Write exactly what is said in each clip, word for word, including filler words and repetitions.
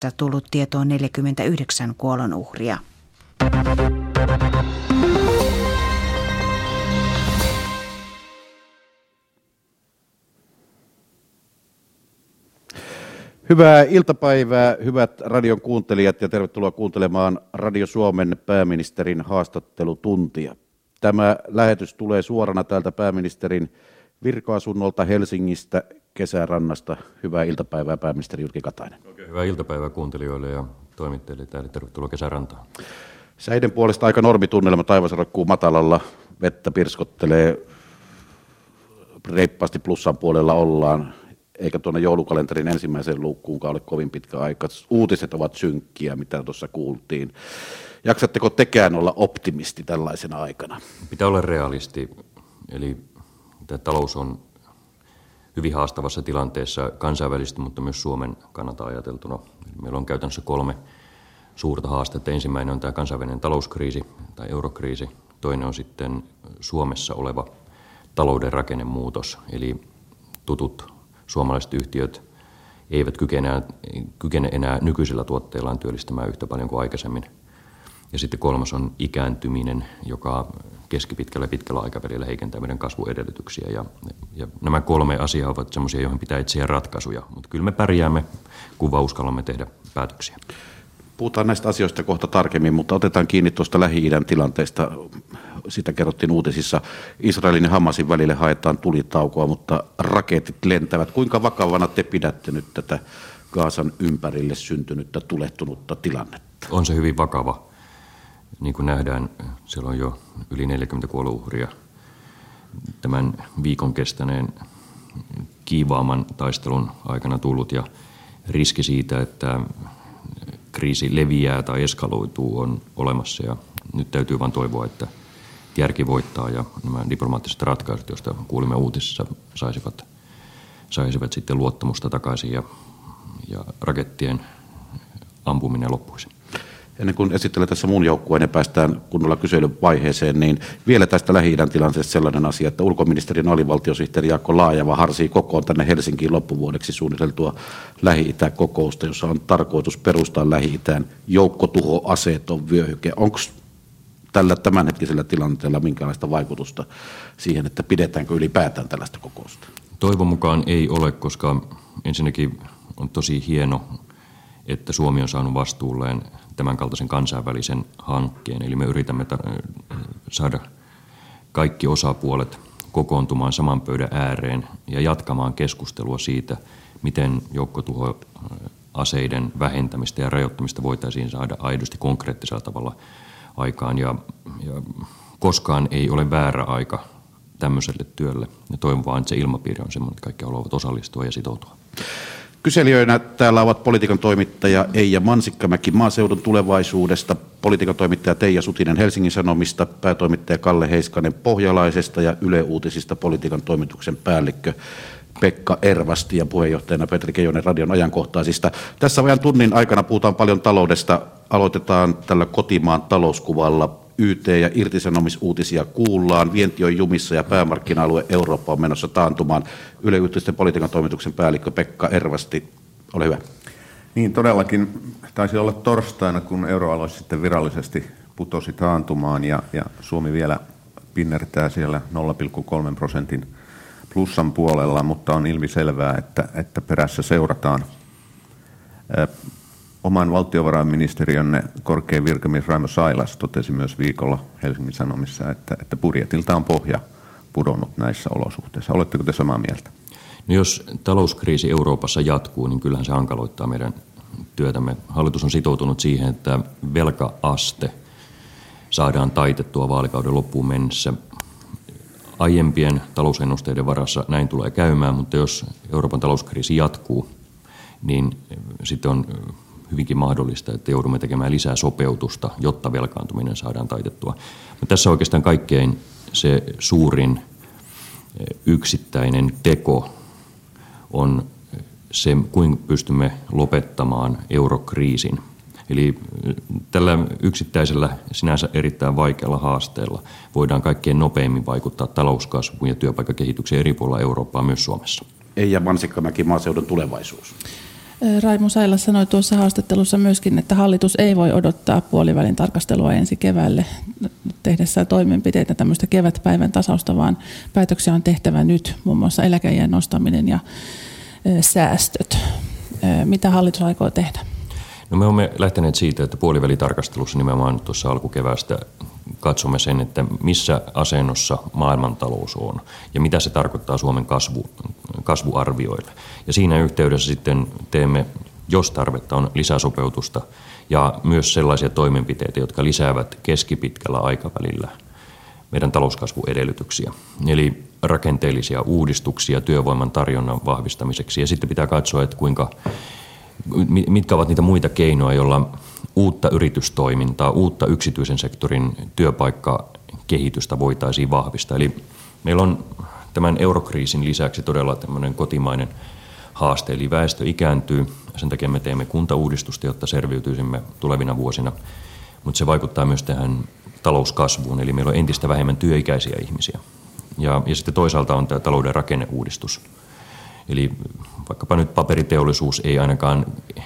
tullut tietoon neljäkymmentäyhdeksän kuolonuhria. Hyvää iltapäivää, hyvät radion kuuntelijat, ja tervetuloa kuuntelemaan Radio Suomen pääministerin haastattelutuntia. Tämä lähetys tulee suorana täältä pääministerin virka-asunnolta Helsingistä Kesärannasta. Hyvää iltapäivää, pääministeri Jyrki Katainen. Oikein hyvää iltapäivää kuuntelijoille ja toimittajille täällä. Tervetuloa Kesärantaan. Säiden puolesta aika normitunnelma, taivas roikkuu matalalla, vettä pirskottelee, reippaasti plussan puolella ollaan. Eikä tuonne joulukalenterin ensimmäiseen luukkuunkaan ole kovin pitkä aika. Uutiset ovat synkkiä, mitä tuossa kuultiin. Jaksatteko tekään olla optimisti tällaisena aikana? Pitää olla realisti. Eli tämä talous on hyvin haastavassa tilanteessa kansainvälisesti, mutta myös Suomen kannalta ajateltuna. Meillä on käytännössä kolme suurta haastetta. Ensimmäinen on tämä kansainvälinen talouskriisi tai eurokriisi. Toinen on sitten Suomessa oleva talouden rakennemuutos, eli tutut suomalaiset yhtiöt eivät kykene, kykene enää nykyisillä tuotteillaan työllistämään yhtä paljon kuin aikaisemmin. Ja sitten kolmas on ikääntyminen, joka keskipitkällä ja pitkällä aikavälillä heikentää meidän kasvuedellytyksiä. Ja, ja nämä kolme asiaa ovat sellaisia, joihin pitää etsiä ratkaisuja, mutta kyllä me pärjäämme, kun vaan uskallamme tehdä päätöksiä. Puhutaan näistä asioista kohta tarkemmin, mutta otetaan kiinni tuosta Lähi-idän tilanteesta. Sitä kerrottiin uutisissa. Israelin ja Hamasin välille haetaan tulitaukoa, mutta raketit lentävät. Kuinka vakavana te pidätte nyt tätä Gazan ympärille syntynyttä tulehtunutta tilannetta? On se hyvin vakava. Niin kuin nähdään, siellä on jo yli neljäkymmentä kuolonuhria tämän viikon kestäneen kiivaaman taistelun aikana tullut, ja riski siitä, että kriisi leviää tai eskaloituu, on olemassa, ja nyt täytyy vain toivoa, että järki voittaa ja nämä diplomaattiset ratkaisut, joista kuulimme uutisissa, saisivat, saisivat sitten luottamusta takaisin ja, ja rakettien ampuminen loppuisi. Ennen kuin esittelen tässä mun joukkueen ja päästään kunnolla kyselyvaiheeseen, niin vielä tästä Lähi-idän tilanteesta sellainen asia, että ulkoministerin alivaltiosihteeri Jaakko Laajava harsii kokoon tänne Helsinkiin loppuvuodeksi suunniteltua Lähi-itä-kokousta, jossa on tarkoitus perustaa Lähi-itään joukkotuhoaseeton vyöhyke. Onko tällä tämänhetkisellä tilanteella minkälaista vaikutusta siihen, että pidetäänkö ylipäätään tällaista kokousta? Toivon mukaan ei ole, koska ensinnäkin on tosi hieno, että Suomi on saanut vastuulleen tämän kaltaisen kansainvälisen hankkeen. Eli me yritämme saada kaikki osapuolet kokoontumaan saman pöydän ääreen ja jatkamaan keskustelua siitä, miten joukkotuhoaseiden vähentämistä ja rajoittamista voitaisiin saada aidosti konkreettisella tavalla aikaan. Ja, ja koskaan ei ole väärä aika tämmöiselle työlle. Ja toivon vaan, että se ilmapiiri on sellainen, että kaikki haluavat osallistua ja sitoutua. Kyselijöinä täällä ovat politiikan toimittaja Eija Mansikkamäki maaseudun tulevaisuudesta, politiikan toimittaja Teija Sutinen Helsingin Sanomista, päätoimittaja Kalle Heiskanen Pohjalaisesta ja Yle Uutisista politiikan toimituksen päällikkö Pekka Ervasti ja puheenjohtajana Petri Keijonen Radion ajankohtaisista. Tässä ajan tunnin aikana puhutaan paljon taloudesta. Aloitetaan tällä kotimaan talouskuvalla. Y T- ja irtisanomisuutisia kuullaan, vienti on jumissa ja päämarkkina-alue Eurooppa on menossa taantumaan. Yle Uutisten politiikan toimituksen päällikkö Pekka Ervasti, ole hyvä. Niin todellakin taisi olla torstaina, kun euroalue sitten virallisesti putosi taantumaan ja, ja Suomi vielä pinnertää siellä nolla pilkku kolme prosentin plussan puolella, mutta on ilmiselvää, että, että perässä seurataan. Oman valtiovarainministeriönne korkein virkamies Raimo Sailas totesi myös viikolla Helsingin Sanomissa, että, että budjetilta on pohja pudonnut näissä olosuhteissa. Oletteko te samaa mieltä? No jos talouskriisi Euroopassa jatkuu, niin kyllähän se hankaloittaa meidän työtämme. Hallitus on sitoutunut siihen, että velka-aste saadaan taitettua vaalikauden loppuun mennessä. Aiempien talousennusteiden varassa näin tulee käymään, mutta jos Euroopan talouskriisi jatkuu, niin sitten on hyvinkin mahdollista, että joudumme tekemään lisää sopeutusta, jotta velkaantuminen saadaan taitettua. Mutta tässä oikeastaan kaikkein se suurin yksittäinen teko on se, kuinka pystymme lopettamaan eurokriisin. Eli tällä yksittäisellä sinänsä erittäin vaikealla haasteella voidaan kaikkein nopeimmin vaikuttaa talouskasvuun ja työpaikkakehitykseen eri puolilla Eurooppaa, myös Suomessa. Eija Mansikkamäki, maaseudun tulevaisuus. Raimo Saila sanoi tuossa haastattelussa myöskin, että hallitus ei voi odottaa puolivälin tarkastelua ensi keväälle tehdessään toimenpiteitä tämmöistä kevätpäivän tasausta, vaan päätöksiä on tehtävä nyt, muun muassa eläkeiän nostaminen ja säästöt. Mitä hallitus aikoo tehdä? No me olemme lähteneet siitä, että puolivälitarkastelussa nimenomaan tuossa alkukeväästä katsomme sen, että missä asennossa maailmantalous on ja mitä se tarkoittaa Suomen kasvu, kasvuarvioille. Ja siinä yhteydessä sitten teemme, jos tarvetta on, lisäsopeutusta ja myös sellaisia toimenpiteitä, jotka lisäävät keskipitkällä aikavälillä meidän talouskasvuedellytyksiä. Eli rakenteellisia uudistuksia työvoiman tarjonnan vahvistamiseksi. Ja sitten pitää katsoa, että kuinka, mitkä ovat niitä muita keinoja, joilla uutta yritystoimintaa, uutta yksityisen sektorin työpaikkakehitystä voitaisiin vahvistaa. Eli meillä on tämän eurokriisin lisäksi todella tämmöinen kotimainen haaste, eli väestö ikääntyy. Sen takia me teemme kuntauudistusta, jotta selviytyisimme tulevina vuosina. Mutta se vaikuttaa myös tähän talouskasvuun, eli meillä on entistä vähemmän työikäisiä ihmisiä. Ja, ja sitten toisaalta on tämä talouden rakenneuudistus. Eli vaikkapa nyt paperiteollisuus ei ainakaan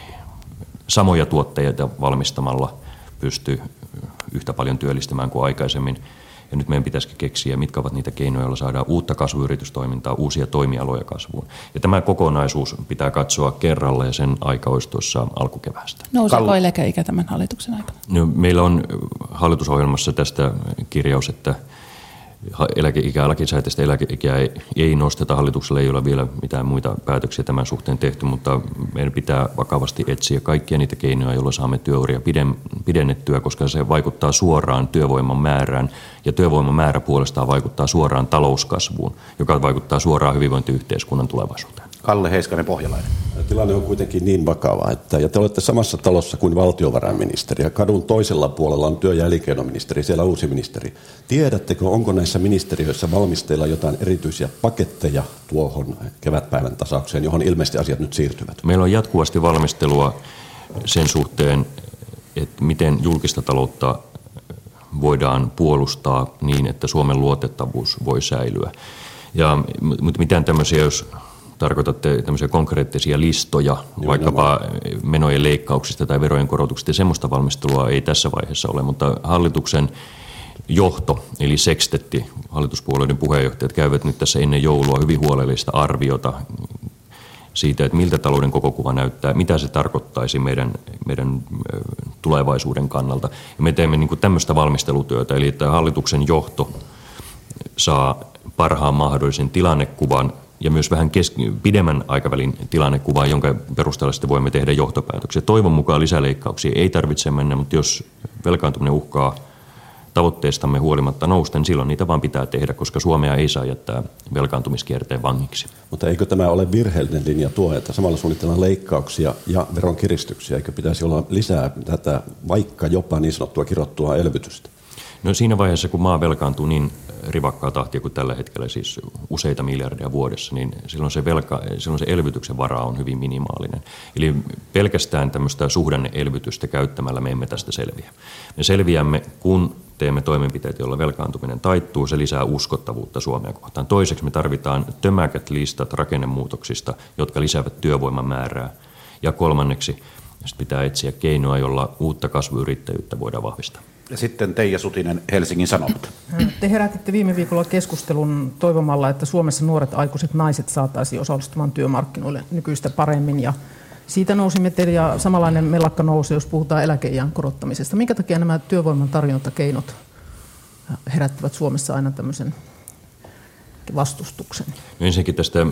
samoja tuotteita valmistamalla pysty yhtä paljon työllistämään kuin aikaisemmin. Ja nyt meidän pitäisikin keksiä, mitkä ovat niitä keinoja, joilla saadaan uutta kasvuyritystoimintaa, uusia toimialoja kasvuun. Ja tämä kokonaisuus pitää katsoa kerralla ja sen aika olisi tuossa alkukeväästä. Nouseeko Kal- eläkeikä tämän hallituksen aikana? No, meillä on hallitusohjelmassa tästä kirjaus, että eläkeikää, lakisääteistä eläkeikää ei, ei nosteta. Hallituksella ei ole vielä mitään muita päätöksiä tämän suhteen tehty, mutta meidän pitää vakavasti etsiä kaikkia niitä keinoja, joilla saamme työuria pidennettyä, koska se vaikuttaa suoraan työvoiman määrään ja työvoiman määrä puolestaan vaikuttaa suoraan talouskasvuun, joka vaikuttaa suoraan hyvinvointiyhteiskunnan tulevaisuuteen. Kalle Heiskanen, Pohjalainen. Tilanne on kuitenkin niin vakava, että ja te olette samassa talossa kuin valtiovarainministeri ja kadun toisella puolella on työ- ja elinkeinoministeri, siellä uusi ministeri. Tiedättekö, onko näissä ministeriöissä valmisteilla jotain erityisiä paketteja tuohon kevätpäivän tasaukseen, johon ilmeisesti asiat nyt siirtyvät? Meillä on jatkuvasti valmistelua sen suhteen, että miten julkista taloutta voidaan puolustaa niin, että Suomen luotettavuus voi säilyä. Ja, mutta mitään tämmöisiä, jos tarkoitatte tämmöisiä konkreettisia listoja, Joo, vaikkapa nämä. menojen leikkauksista tai verojen korotuksista, ja semmoista valmistelua ei tässä vaiheessa ole, mutta hallituksen johto, eli sekstetti, hallituspuolueiden puheenjohtajat käyvät nyt tässä ennen joulua hyvin huolellista arviota siitä, että miltä talouden koko kuva näyttää, mitä se tarkoittaisi meidän, meidän tulevaisuuden kannalta. Ja me teemme niin kuin tämmöistä valmistelutyötä, eli että hallituksen johto saa parhaan mahdollisen tilannekuvan ja myös vähän keski- pidemmän aikavälin tilannekuvaa, jonka perusteella sitten voimme tehdä johtopäätöksiä. Toivon mukaan lisäleikkauksia ei tarvitse mennä, mutta jos velkaantuminen uhkaa tavoitteestamme huolimatta nousta, niin silloin niitä vaan pitää tehdä, koska Suomea ei saa jättää velkaantumiskierteen vangiksi. Mutta eikö tämä ole virheellinen linja tuo, että samalla suunnitellaan leikkauksia ja veronkiristyksiä? Eikö pitäisi olla lisää tätä vaikka jopa niin sanottua kirottua elvytystä? No siinä vaiheessa, kun maa velkaantuu niin rivakkaa tahtia kuin tällä hetkellä, siis useita miljardia vuodessa, niin silloin se, velka, silloin se elvytyksen vara on hyvin minimaalinen. Eli pelkästään tämmöistä suhdanne-elvytystä käyttämällä me emme tästä selviä. Me selviämme, kun teemme toimenpiteitä, joilla velkaantuminen taittuu, se lisää uskottavuutta Suomea kohtaan. Toiseksi me tarvitaan tömäkät listat rakennemuutoksista, jotka lisäävät työvoiman määrää. Ja kolmanneksi pitää etsiä keinoa, jolla uutta kasvuyrittäjyyttä voidaan vahvistaa. Ja sitten Teija Sutinen, Helsingin Sanomat. Te herätitte viime viikolla keskustelun toivomalla, että Suomessa nuoret aikuiset naiset saataisiin osallistumaan työmarkkinoille nykyistä paremmin. Ja siitä nousi meteli ja samanlainen mellakka nousi, jos puhutaan eläkeiän korottamisesta. Minkä takia nämä työvoiman tarjontakeinot herättävät Suomessa aina tämmöisen vastustuksen? No ensinnäkin tästä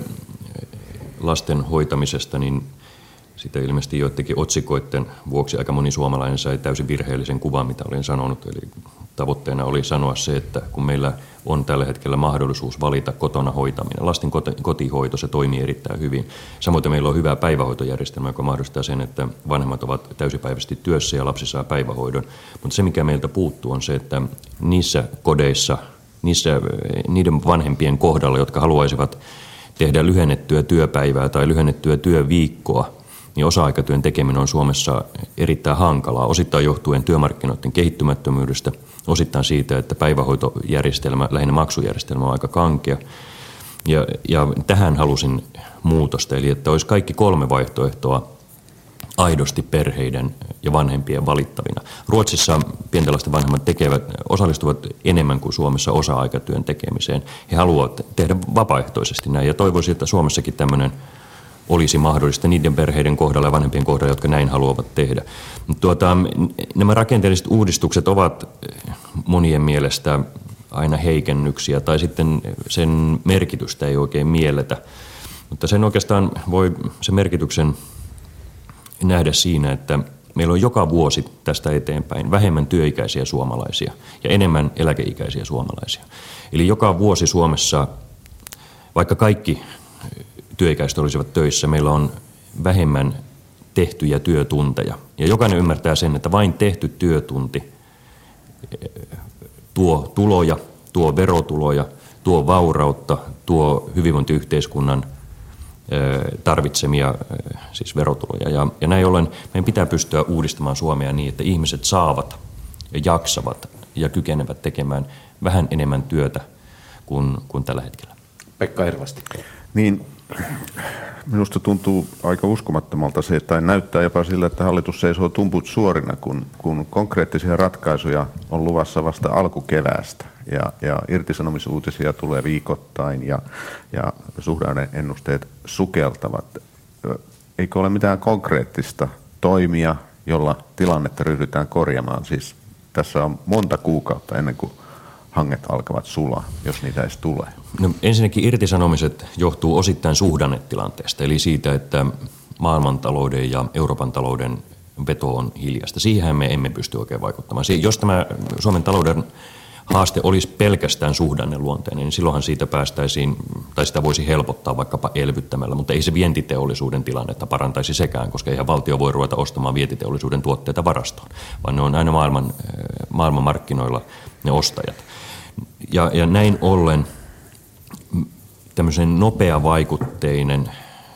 lasten hoitamisesta, niin sitä ilmeisesti joidenkin otsikoiden vuoksi aika moni suomalainen sai täysin virheellisen kuvan, mitä olin sanonut. Eli tavoitteena oli sanoa se, että kun meillä on tällä hetkellä mahdollisuus valita kotona hoitaminen, lasten kotihoito, se toimii erittäin hyvin. Samoin meillä on hyvä päivähoitojärjestelmä, joka mahdollistaa sen, että vanhemmat ovat täysipäiväisesti työssä ja lapsi saa päivähoidon. Mutta se, mikä meiltä puuttuu, on se, että niissä kodeissa, niissä, niiden vanhempien kohdalla, jotka haluaisivat tehdä lyhennettyä työpäivää tai lyhennettyä työviikkoa, niin osa-aikatyön tekeminen on Suomessa erittäin hankalaa, osittain johtuen työmarkkinoiden kehittymättömyydestä, osittain siitä, että päivähoitojärjestelmä, lähinnä maksujärjestelmä on aika kankea. Ja, ja tähän halusin muutosta, eli että olisi kaikki kolme vaihtoehtoa aidosti perheiden ja vanhempien valittavina. Ruotsissa pienten lasten vanhemmat tekevät, osallistuvat enemmän kuin Suomessa osa-aikatyön tekemiseen. He haluavat tehdä vapaaehtoisesti näin ja toivoisin, että Suomessakin tämmöinen olisi mahdollista niiden perheiden kohdalla ja vanhempien kohdalla, jotka näin haluavat tehdä. Tuota, nämä rakenteelliset uudistukset ovat monien mielestä aina heikennyksiä tai sitten sen merkitystä ei oikein mielletä. Mutta sen oikeastaan voi sen merkityksen nähdä siinä, että meillä on joka vuosi tästä eteenpäin vähemmän työikäisiä suomalaisia ja enemmän eläkeikäisiä suomalaisia. Eli joka vuosi Suomessa, vaikka kaikki työikäiset olisivat töissä, meillä on vähemmän tehtyjä työtunteja. Ja jokainen ymmärtää sen, että vain tehty työtunti tuo tuloja, tuo verotuloja, tuo vaurautta, tuo hyvinvointiyhteiskunnan tarvitsemia siis verotuloja. Ja, ja näin ollen meidän pitää pystyä uudistamaan Suomea niin, että ihmiset saavat ja jaksavat ja kykenevät tekemään vähän enemmän työtä kuin, kuin tällä hetkellä. Pekka Hirvasti. Niin, minusta tuntuu aika uskomattomalta se, että näyttää jopa sillä, että hallitus seisoo tumput suorina, kun, kun konkreettisia ratkaisuja on luvassa vasta alkukeväästä. Ja, ja irtisanomisuutisia tulee viikoittain ja, ja suhdanneennusteet sukeltavat. Eikö ole mitään konkreettista toimia, jolla tilannetta ryhdytään korjaamaan? Siis tässä on monta kuukautta ennen kuin hanget alkavat sulaa, jos niitä edes tulee. No, ensinnäkin irtisanomiset johtuu osittain suhdannetilanteesta, eli siitä, että maailmantalouden ja Euroopan talouden veto on hiljasta. Siihen me emme pysty oikein vaikuttamaan. Jos tämä Suomen talouden haaste olisi pelkästään suhdanneluonteinen, niin silloinhan siitä päästäisiin, tai sitä voisi helpottaa vaikkapa elvyttämällä, mutta ei se vientiteollisuuden tilannetta parantaisi sekään, koska eihän valtio voi ruveta ostamaan vientiteollisuuden tuotteita varastoon, vaan ne on aina maailman, maailmanmarkkinoilla ne ostajat. Ja, ja näin ollen tämmöisen nopeavaikutteinen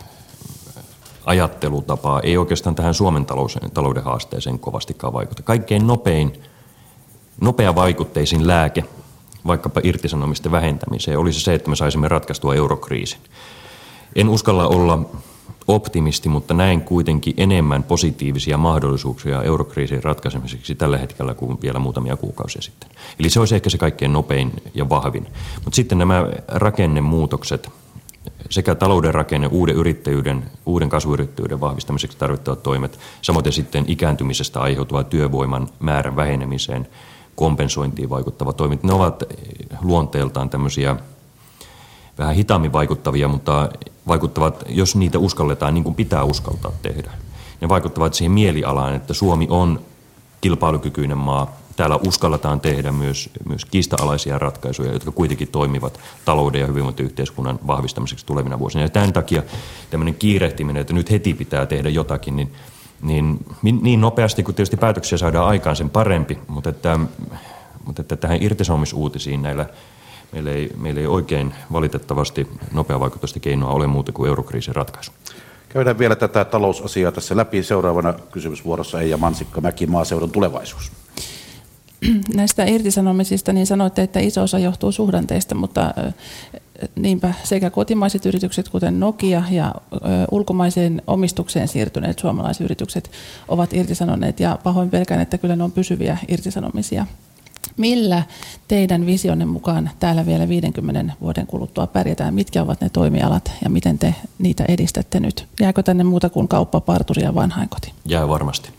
ajattelutapa ei oikeastaan tähän Suomen talouden haasteeseen kovastikaan vaikuta. Kaikkein nopein Nopeavaikutteisin lääke vaikkapa irtisanomisten vähentämiseen olisi se, että me saisimme ratkaistua eurokriisin. En uskalla olla optimisti, mutta näen kuitenkin enemmän positiivisia mahdollisuuksia eurokriisin ratkaisemiseksi tällä hetkellä kuin vielä muutamia kuukausia sitten. Eli se olisi ehkä se kaikkein nopein ja vahvin. Mutta sitten nämä rakennemuutokset, sekä talouden rakenne, uuden yrittäjyyden, uuden kasvuyrittäjyyden vahvistamiseksi tarvittavat toimet, samoin sitten ikääntymisestä aiheutuva työvoiman määrän vähenemiseen, kompensointiin vaikuttavat toimet, ne ovat luonteeltaan tämmöisiä vähän hitaammin vaikuttavia, mutta vaikuttavat, jos niitä uskalletaan niin kuin pitää uskaltaa tehdä. Ne vaikuttavat siihen mielialaan, että Suomi on kilpailukykyinen maa. Täällä uskalletaan tehdä myös, myös kiista-alaisia ratkaisuja, jotka kuitenkin toimivat talouden ja hyvinvointiyhteiskunnan vahvistamiseksi tulevina vuosina. Ja tämän takia tämmöinen kiirehtiminen, että nyt heti pitää tehdä jotakin, niin Niin, niin nopeasti kuin tietysti päätöksiä saadaan aikaan, sen parempi, mutta, että, mutta että tähän irtisanomisuutisiin näillä meillä ei, meillä ei oikein valitettavasti nopeavaikutteista keinoa ole muuta kuin eurokriisin ratkaisu. Käydään vielä tätä talousasiaa tässä läpi. Seuraavana kysymysvuorossa Eija Mansikka-Mäki, maaseudun tulevaisuus. Näistä irtisanomisista niin sanoitte, että iso osa johtuu suhdanteista, mutta niinpä sekä kotimaiset yritykset, kuten Nokia, ja ulkomaiseen omistukseen siirtyneet suomalaiset yritykset ovat irtisanoneet, ja pahoin pelkään, että kyllä ne on pysyviä irtisanomisia. Millä teidän visionne mukaan täällä vielä viidenkymmenen vuoden kuluttua pärjätään? Mitkä ovat ne toimialat ja miten te niitä edistätte nyt? Jääkö tänne muuta kuin kauppa, parturi ja vanhainkoti? Jää varmasti.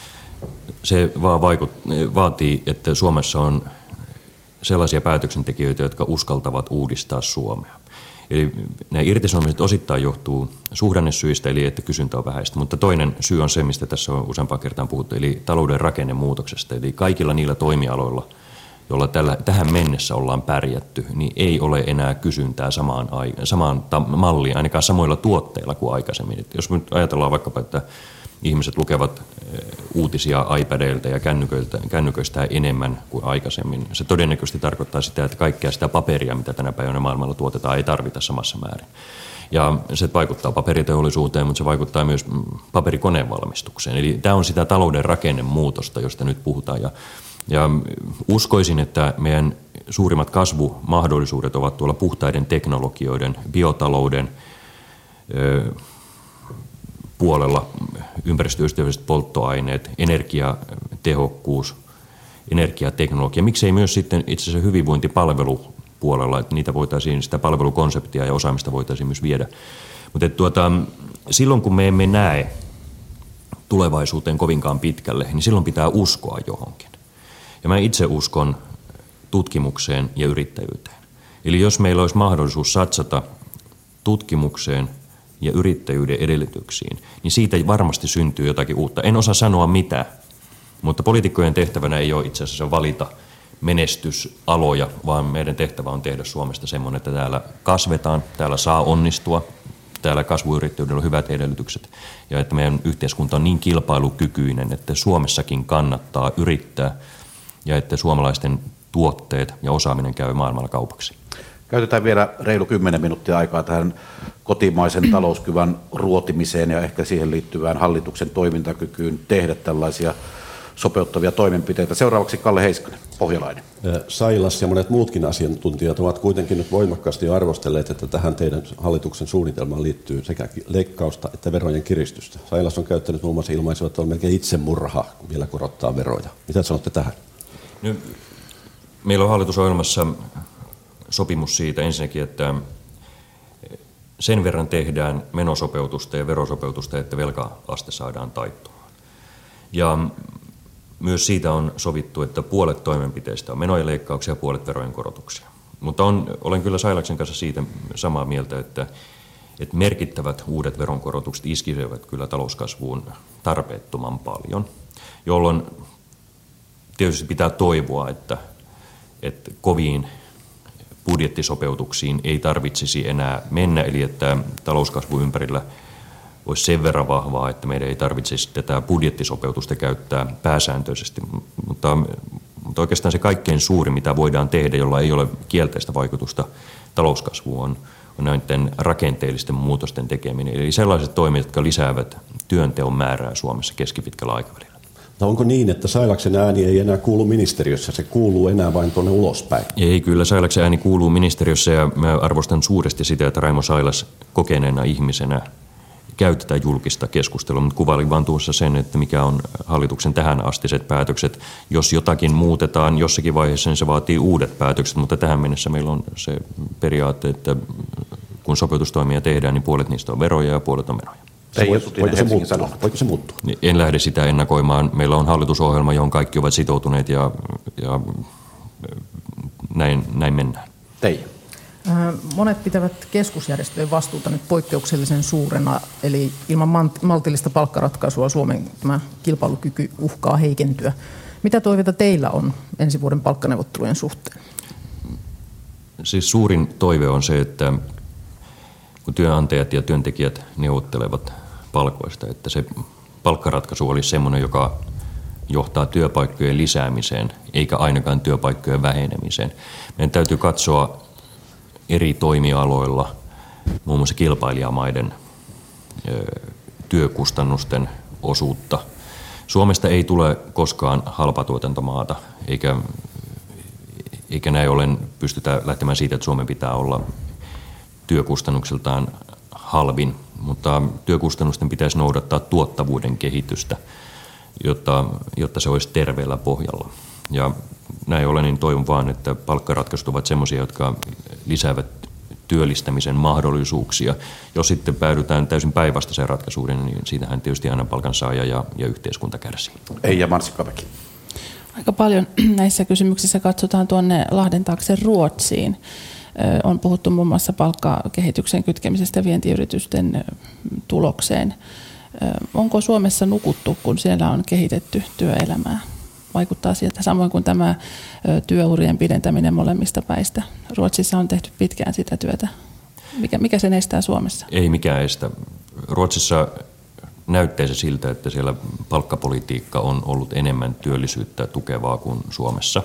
Se vaan vaikut, vaatii, että Suomessa on sellaisia päätöksentekijöitä, jotka uskaltavat uudistaa Suomea. Eli nämä irtisanomiset osittain johtuu suhdannesyistä, eli että kysyntä on vähäistä, mutta toinen syy on se, mistä tässä on useampaan kertaan puhuttu, eli talouden rakennemuutoksesta. Eli kaikilla niillä toimialoilla, joilla tällä, tähän mennessä ollaan pärjätty, niin ei ole enää kysyntää samaan, samaan malliin, ainakaan samoilla tuotteilla kuin aikaisemmin. Et jos nyt ajatellaan vaikkapa, että ihmiset lukevat uutisia iPadeilta ja kännyköiltä, kännyköistä enemmän kuin aikaisemmin. Se todennäköisesti tarkoittaa sitä, että kaikkea sitä paperia, mitä tänä päivänä maailmalla tuotetaan, ei tarvita samassa määrin. Ja se vaikuttaa paperiteollisuuteen, mutta se vaikuttaa myös paperikoneen valmistukseen. Eli tämä on sitä talouden rakennemuutosta, josta nyt puhutaan. Ja, ja uskoisin, että meidän suurimmat kasvumahdollisuudet ovat tuolla puhtaiden teknologioiden, biotalouden, puolella ympäristöystävälliset polttoaineet, energiatehokkuus, energiateknologia. Miksei myös sitten itse asiassa hyvinvointipalvelupuolella, että niitä voitaisiin, sitä palvelukonseptia ja osaamista voitaisiin myös viedä. Mutta tuota, silloin kun me emme näe tulevaisuuteen kovinkaan pitkälle, niin silloin pitää uskoa johonkin. Ja mä itse uskon tutkimukseen ja yrittäjyyteen. Eli jos meillä olisi mahdollisuus satsata tutkimukseen ja yrittäjyyden edellytyksiin, niin siitä varmasti syntyy jotakin uutta. En osaa sanoa mitä, mutta poliitikkojen tehtävänä ei ole itse asiassa valita menestysaloja, vaan meidän tehtävä on tehdä Suomesta semmoinen, että täällä kasvetaan, täällä saa onnistua, täällä kasvuyrittäjyydellä on hyvät edellytykset ja että meidän yhteiskunta on niin kilpailukykyinen, että Suomessakin kannattaa yrittää ja että suomalaisten tuotteet ja osaaminen käy maailmalla kaupaksi. Käytetään vielä reilu kymmenen minuuttia aikaa tähän kotimaisen talouskyvän ruotimiseen ja ehkä siihen liittyvään hallituksen toimintakykyyn tehdä tällaisia sopeuttavia toimenpiteitä. Seuraavaksi Kalle Heiskanen, pohjalainen. Sailas ja monet muutkin asiantuntijat ovat kuitenkin nyt voimakkaasti arvostelleet, että tähän teidän hallituksen suunnitelmaan liittyy sekä leikkausta että verojen kiristystä. Sailas on käyttänyt muun muassa ilmaisua, että on melkein itsemurha, kun vielä korottaa veroja. Mitä sanotte tähän? No, meillä on hallitusohjelmassa sopimus siitä ensinnäkin, että sen verran tehdään menosopeutusta ja verosopeutusta, että velka-aste saadaan taittumaan. Ja myös siitä on sovittu, että puolet toimenpiteistä on menojen leikkauksia ja puolet verojen korotuksia. Mutta on, olen kyllä Sailaksen kanssa siitä samaa mieltä, että, että merkittävät uudet veronkorotukset iskisevät kyllä talouskasvuun tarpeettoman paljon, jolloin tietysti pitää toivoa, että, että koviin budjettisopeutuksiin ei tarvitsisi enää mennä, eli että talouskasvu ympärillä olisi sen verran vahvaa, että meidän ei tarvitsisi tätä budjettisopeutusta käyttää pääsääntöisesti. Mutta, mutta oikeastaan se kaikkein suuri, mitä voidaan tehdä, jolla ei ole kielteistä vaikutusta talouskasvuun, on näiden rakenteellisten muutosten tekeminen. Eli sellaiset toimet, jotka lisäävät työnteon määrää Suomessa keskipitkällä aikavälillä. No onko niin, että Sailaksen ääni ei enää kuulu ministeriössä, se kuuluu enää vain tuonne ulospäin? Ei, kyllä Sailaksen ääni kuuluu ministeriössä ja mä arvostan suuresti sitä, että Raimo Sailas kokeneena ihmisenä käy tätä julkista keskustelua, mutta kuvailin vaan tuossa sen, että mikä on hallituksen tähän astiset päätökset. Jos jotakin muutetaan jossakin vaiheessa, niin se vaatii uudet päätökset, mutta tähän mennessä meillä on se periaate, että kun sopeutustoimia tehdään, niin puolet niistä on veroja ja puolet on menoja. Voiko se, muuttua? Voiko se muuttua? En lähde sitä ennakoimaan. Meillä on hallitusohjelma, johon kaikki ovat sitoutuneet ja, ja näin, näin mennään. Teija. Monet pitävät keskusjärjestöjen vastuuta nyt poikkeuksellisen suurena, eli ilman maltillista palkkaratkaisua Suomen tämä kilpailukyky uhkaa heikentyä. Mitä toiveita teillä on ensi vuoden palkkaneuvottelujen suhteen? Siis suurin toive on se, että kun työnantajat ja työntekijät neuvottelevat palkoista, että se palkkaratkaisu olisi sellainen, joka johtaa työpaikkojen lisäämiseen, eikä ainakaan työpaikkojen vähenemiseen. Meidän täytyy katsoa eri toimialoilla, muun muassa kilpailijamaiden työkustannusten osuutta. Suomesta ei tule koskaan halpatuotantomaata, eikä, eikä näin ollen pystytä lähtemään siitä, että Suomen pitää olla työkustannuksiltaan halvin, mutta työkustannusten pitäisi noudattaa tuottavuuden kehitystä, jotta, jotta se olisi terveellä pohjalla. Ja näin ollen niin toivon vaan, että palkkaratkaisut ovat sellaisia, jotka lisäävät työllistämisen mahdollisuuksia. Jos sitten päädytään täysin päinvastaiseen ratkaisuuden, niin siitähän tietysti aina palkansaaja ja, ja yhteiskunta kärsii. Eija Mansikkamäki. Aika paljon näissä kysymyksissä katsotaan tuonne Lahden taakse Ruotsiin. On puhuttu muun muassa palkkakehityksen kytkemisestä vientiyritysten tulokseen. Onko Suomessa nukuttu, kun siellä on kehitetty työelämää? Vaikuttaa siltä, samoin kuin tämä työurien pidentäminen molemmista päistä. Ruotsissa on tehty pitkään sitä työtä. Mikä, mikä sen estää Suomessa? Ei mikään estä. Ruotsissa näyttäisi siltä, että siellä palkkapolitiikka on ollut enemmän työllisyyttä tukevaa kuin Suomessa.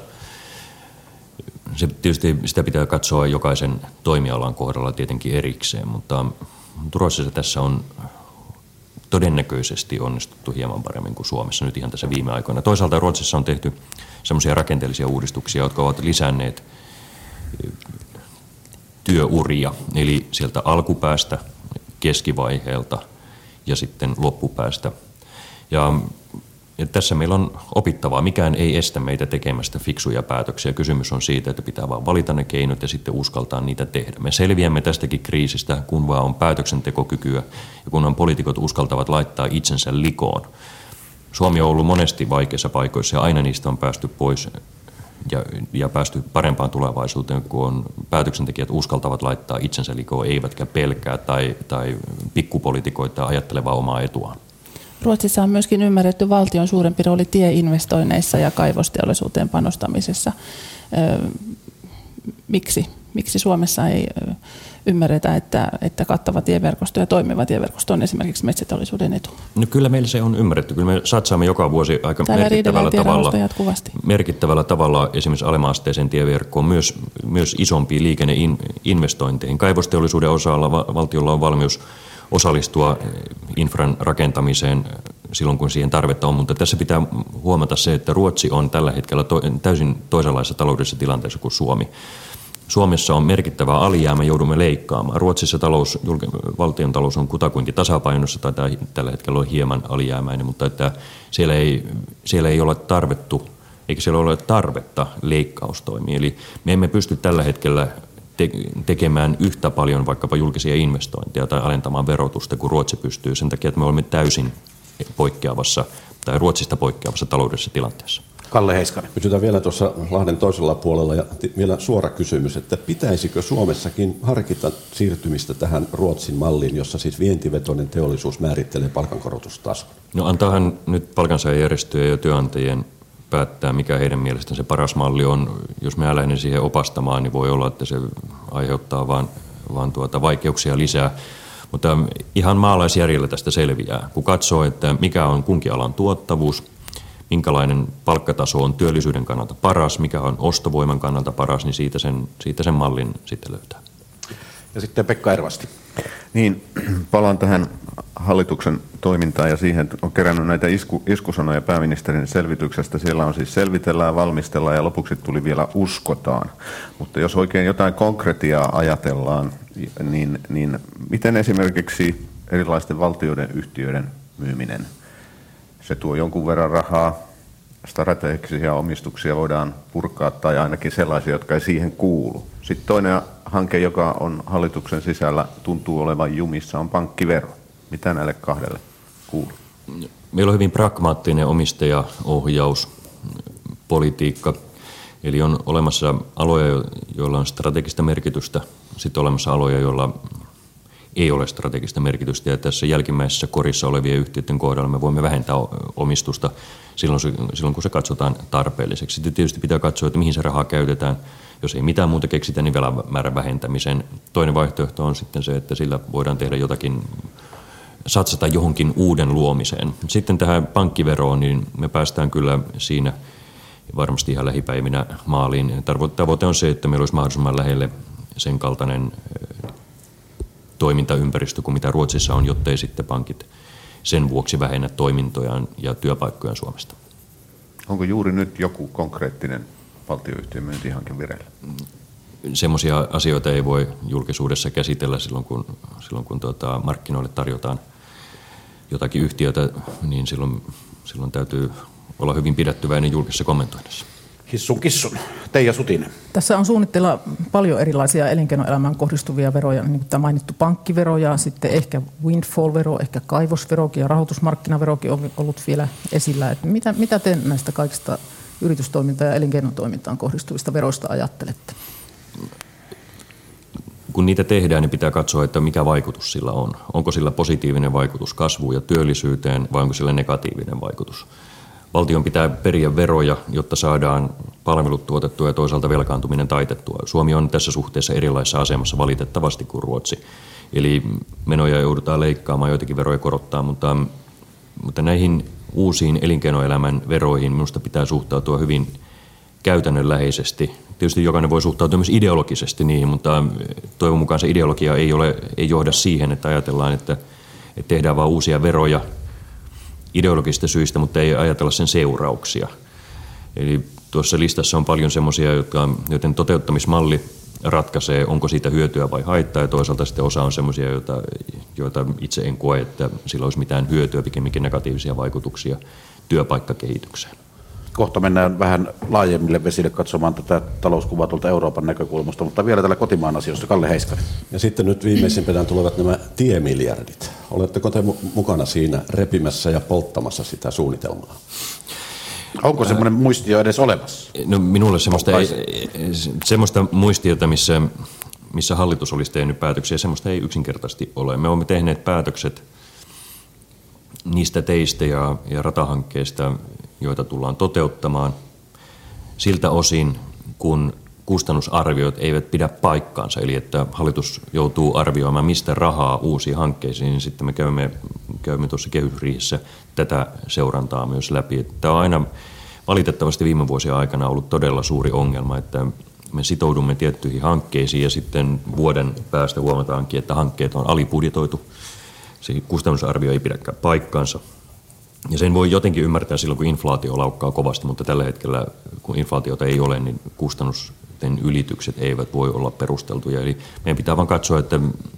Se tietysti sitä pitää katsoa jokaisen toimialan kohdalla tietenkin erikseen, mutta Ruotsissa tässä on todennäköisesti onnistuttu hieman paremmin kuin Suomessa nyt ihan tässä viime aikoina. Toisaalta Ruotsissa on tehty semmoisia rakenteellisia uudistuksia, jotka ovat lisänneet työuria, eli sieltä alkupäästä, keskivaiheelta ja sitten loppupäästä. Ja, ja tässä meillä on opittavaa. Mikään ei estä meitä tekemästä fiksuja päätöksiä. Kysymys on siitä, että pitää vaan valita ne keinot ja sitten uskaltaa niitä tehdä. Me selviämme tästäkin kriisistä, kun vaan on päätöksentekokykyä ja kun poliitikot uskaltavat laittaa itsensä likoon. Suomi on ollut monesti vaikeissa paikoissa ja aina niistä on päästy pois ja, ja päästy parempaan tulevaisuuteen, kun on päätöksentekijät uskaltavat laittaa itsensä likoon, eivätkä pelkää tai, tai pikkupolitikoita ajattelevaa omaa etuaan. Ruotsissa on myöskin ymmärretty valtion suurempi rooli tieinvestoinneissa ja kaivosteollisuuteen panostamisessa. Miksi? Miksi Suomessa ei ymmärretä, että, että kattava tieverkosto ja toimiva tieverkosto on esimerkiksi metsäteollisuuden etu? No kyllä meillä se on ymmärretty. Kyllä me satsaamme joka vuosi aika merkittävällä tavalla, merkittävällä tavalla esimerkiksi alemman-asteiseen tieverkkoon, myös, myös isompiin liikenneinvestointeihin. Kaivosteollisuuden osalla valtiolla on valmius osallistua infran rakentamiseen silloin, kun siihen tarvetta on, mutta tässä pitää huomata se, että Ruotsi on tällä hetkellä to, täysin toisenlaisessa taloudellisessa tilanteessa kuin Suomi. Suomessa on merkittävä alijäämä, joudumme leikkaamaan. Ruotsissa talous, valtion talous on kutakuinkin tasapainossa, tai tällä hetkellä on hieman alijäämäinen, mutta että siellä, ei, siellä ei ole tarvettu, eikä siellä ole tarvetta leikkaustoimiin. Eli me emme pysty tällä hetkellä tekemään yhtä paljon vaikkapa julkisia investointeja tai alentamaan verotusta kuin Ruotsi pystyy sen takia, että me olemme täysin poikkeavassa tai Ruotsista poikkeavassa taloudellisessa tilanteessa. Kalle Heiskanen. Pysytään vielä tuossa Lahden toisella puolella ja vielä suora kysymys, että pitäisikö Suomessakin harkita siirtymistä tähän Ruotsin malliin, jossa siis vientivetoinen teollisuus määrittelee palkankorotustason? No antaahan nyt palkansaajajärjestöjen ja työnantajien päättää, mikä heidän mielestään se paras malli on. Jos mä lähden siihen opastamaan, niin voi olla, että se aiheuttaa vaan, vaan tuota vaikeuksia lisää. Mutta ihan maalaisjärjellä tästä selviää. Kun katsoo, että mikä on kunkin alan tuottavuus, minkälainen palkkataso on työllisyyden kannalta paras, mikä on ostovoiman kannalta paras, niin siitä sen, siitä sen mallin sitten löytää. Ja sitten Pekka Ervasti. Niin, palaan tähän hallituksen toimintaan ja siihen, että on kerännyt näitä isku, iskusanoja pääministerin selvityksestä. Siellä on siis selvitellään, valmistellaan ja lopuksi tuli vielä uskotaan. Mutta jos oikein jotain konkretiaa ajatellaan, niin, niin miten esimerkiksi erilaisten valtioiden yhtiöiden myyminen, se tuo jonkun verran rahaa, strategisia omistuksia voidaan purkaa tai ainakin sellaisia, jotka ei siihen kuulu. Sitten toinen hanke, joka on hallituksen sisällä, tuntuu olevan jumissa, on pankkivero. Mitä näille kahdelle kuuluu? Meillä on hyvin pragmaattinen omistajaohjauspolitiikka. Eli on olemassa aloja, joilla on strategista merkitystä, sitten olemassa aloja, joilla ei ole strategista merkitystä. Ja tässä jälkimmäisessä korissa olevien yhtiöiden kohdalla me voimme vähentää omistusta silloin, silloin kun se katsotaan tarpeelliseksi. Sitten tietysti pitää katsoa, että mihin se rahaa käytetään. Jos ei mitään muuta keksitä, niin velan määrän vähentämisen. Toinen vaihtoehto on sitten se, että sillä voidaan tehdä jotakin, satsata johonkin uuden luomiseen. Sitten tähän pankkiveroon, niin me päästään kyllä siinä varmasti ihan lähipäivinä maaliin. Tavoite on se, että meillä olisi mahdollisimman lähelle sen kaltainen toimintaympäristö kuin mitä Ruotsissa on, jottei sitten pankit sen vuoksi vähennä toimintojaan ja työpaikkojaan Suomesta. Onko juuri nyt joku konkreettinen valtioyhtiön myyntihanke vireillä? Semmoisia asioita ei voi julkisuudessa käsitellä silloin, kun, silloin, kun tuota, markkinoille tarjotaan jotakin yhtiötä, niin silloin, silloin täytyy olla hyvin pidättyväinen julkisessa kommentoinnissa. Hissun kissun. Teija Sutinen. Tässä on suunnitteilla paljon erilaisia elinkeinoelämään kohdistuvia veroja, niin kuin tämä mainittu pankkivero ja sitten ehkä windfall-vero, ehkä kaivosverokin ja rahoitusmarkkinaverokin on ollut vielä esillä. Että mitä, mitä te näistä kaikista yritystoimintaan ja elinkeinotoimintaan kohdistuvista veroista ajattelette? Kun niitä tehdään, niin pitää katsoa, että mikä vaikutus sillä on. Onko sillä positiivinen vaikutus kasvuun ja työllisyyteen vai onko sillä negatiivinen vaikutus? Valtion pitää periä veroja, jotta saadaan palvelut tuotettua ja toisaalta velkaantuminen taitettua. Suomi on tässä suhteessa erilaisessa asemassa valitettavasti kuin Ruotsi. Eli menoja joudutaan leikkaamaan, joitakin veroja korottaa, mutta, mutta näihin uusiin elinkeinoelämän veroihin minusta pitää suhtautua hyvin käytännönläheisesti. Tietysti jokainen voi suhtautua myös ideologisesti niihin, mutta toivon mukaan se ideologia ei, ole, ei johda siihen, että ajatellaan, että, että tehdään vain uusia veroja ideologisista syistä, mutta ei ajatella sen seurauksia. Eli tuossa listassa on paljon semmoisia, joiden toteuttamismalli ratkaisee, onko siitä hyötyä vai haittaa, ja toisaalta sitten osa on semmoisia, joita itse en koe, että sillä olisi mitään hyötyä, pikemminkin negatiivisia vaikutuksia työpaikkakehitykseen. Kohta mennään vähän laajemmille vesille katsomaan tätä talouskuvaa tuolta Euroopan näkökulmasta, mutta vielä tällä kotimaan asioista. Kalle Heiskanen. Ja sitten nyt viimeisimpänä tulevat nämä tiemiljardit. Oletteko te mukana siinä repimässä ja polttamassa sitä suunnitelmaa? Onko semmoinen muistio edes olemassa? No minulle semmoista, ei, semmoista muistiota, missä, missä hallitus olisi tehnyt päätöksiä, semmoista ei yksinkertaisesti ole. Me olemme tehneet päätökset niistä teistä ja, ja ratahankkeista, joita tullaan toteuttamaan siltä osin, kun kustannusarviot eivät pidä paikkaansa, eli että hallitus joutuu arvioimaan, mistä rahaa uusiin hankkeisiin, niin sitten me käymme, käymme tuossa kehysriihessä tätä seurantaa myös läpi. Tämä on aina valitettavasti viime vuosien aikana ollut todella suuri ongelma, että me sitoudumme tiettyihin hankkeisiin ja sitten vuoden päästä huomataankin, että hankkeet on alibudjetoitu, se kustannusarvio ei pidäkään paikkaansa. Ja sen voi jotenkin ymmärtää silloin, kun inflaatio laukkaa kovasti, mutta tällä hetkellä, kun inflaatiota ei ole, niin kustannusten ylitykset eivät voi olla perusteltuja. Eli meidän pitää vain katsoa, että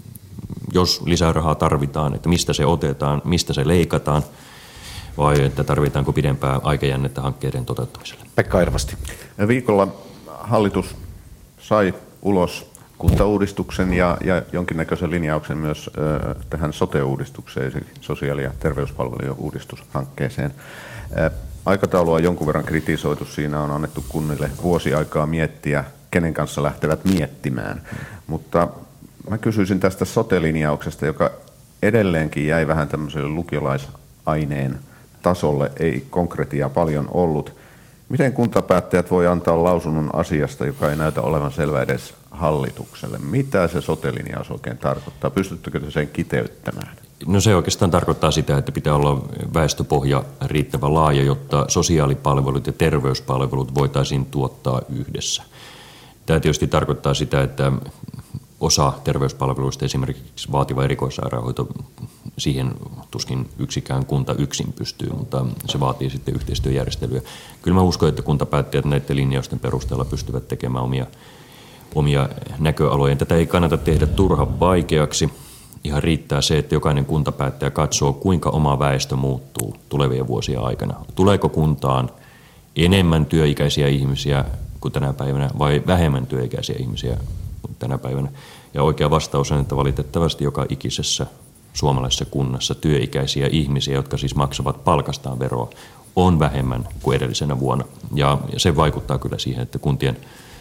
jos lisää rahaa tarvitaan, että mistä se otetaan, mistä se leikataan, vai että tarvitaanko pidempää aikajännettä hankkeiden toteuttamiselle. Pekka Ervasti. Viikolla hallitus sai ulos kuntauudistuksen ja, ja jonkinnäköisen linjauksen myös ö, tähän sote-uudistukseen, eli sosiaali- ja terveyspalvelujen uudistushankkeeseen. Ö, aikataulua on jonkun verran kritisoitu. Siinä on annettu kunnille vuosi aikaa miettiä, kenen kanssa lähtevät miettimään. Mutta mä kysyisin tästä sote-linjauksesta, joka edelleenkin jäi vähän tämmöiselle lukiolaisaineen tasolle, ei konkretiaa paljon ollut. Miten kuntapäättäjät voi antaa lausunnon asiasta, joka ei näytä olevan selvä edes hallitukselle? Mitä se sote-linjaus oikein tarkoittaa? Pystyttekö te sen kiteyttämään? No se oikeastaan tarkoittaa sitä, että pitää olla väestöpohja riittävän laaja, jotta sosiaalipalvelut ja terveyspalvelut voitaisiin tuottaa yhdessä. Tämä tietysti tarkoittaa sitä, että osa terveyspalveluista, esimerkiksi vaativa erikoissairaanhoito, siihen tuskin yksikään kunta yksin pystyy, mutta se vaatii sitten yhteistyöjärjestelyjä. Kyllä mä uskon, että kuntapäättäjät näiden linjausten perusteella pystyvät tekemään omia, omia näköaloja. Tätä ei kannata tehdä turhan vaikeaksi. Ihan riittää se, että jokainen kuntapäättäjä katsoo, kuinka oma väestö muuttuu tulevien vuosien aikana. Tuleeko kuntaan enemmän työikäisiä ihmisiä kuin tänä päivänä vai vähemmän työikäisiä ihmisiä kuin tänä päivänä? Ja oikea vastaus on, että valitettavasti joka ikisessä suomalaisessa kunnassa työikäisiä ihmisiä, jotka siis maksavat palkastaan veroa, on vähemmän kuin edellisenä vuonna. Ja se vaikuttaa kyllä siihen, että kuntien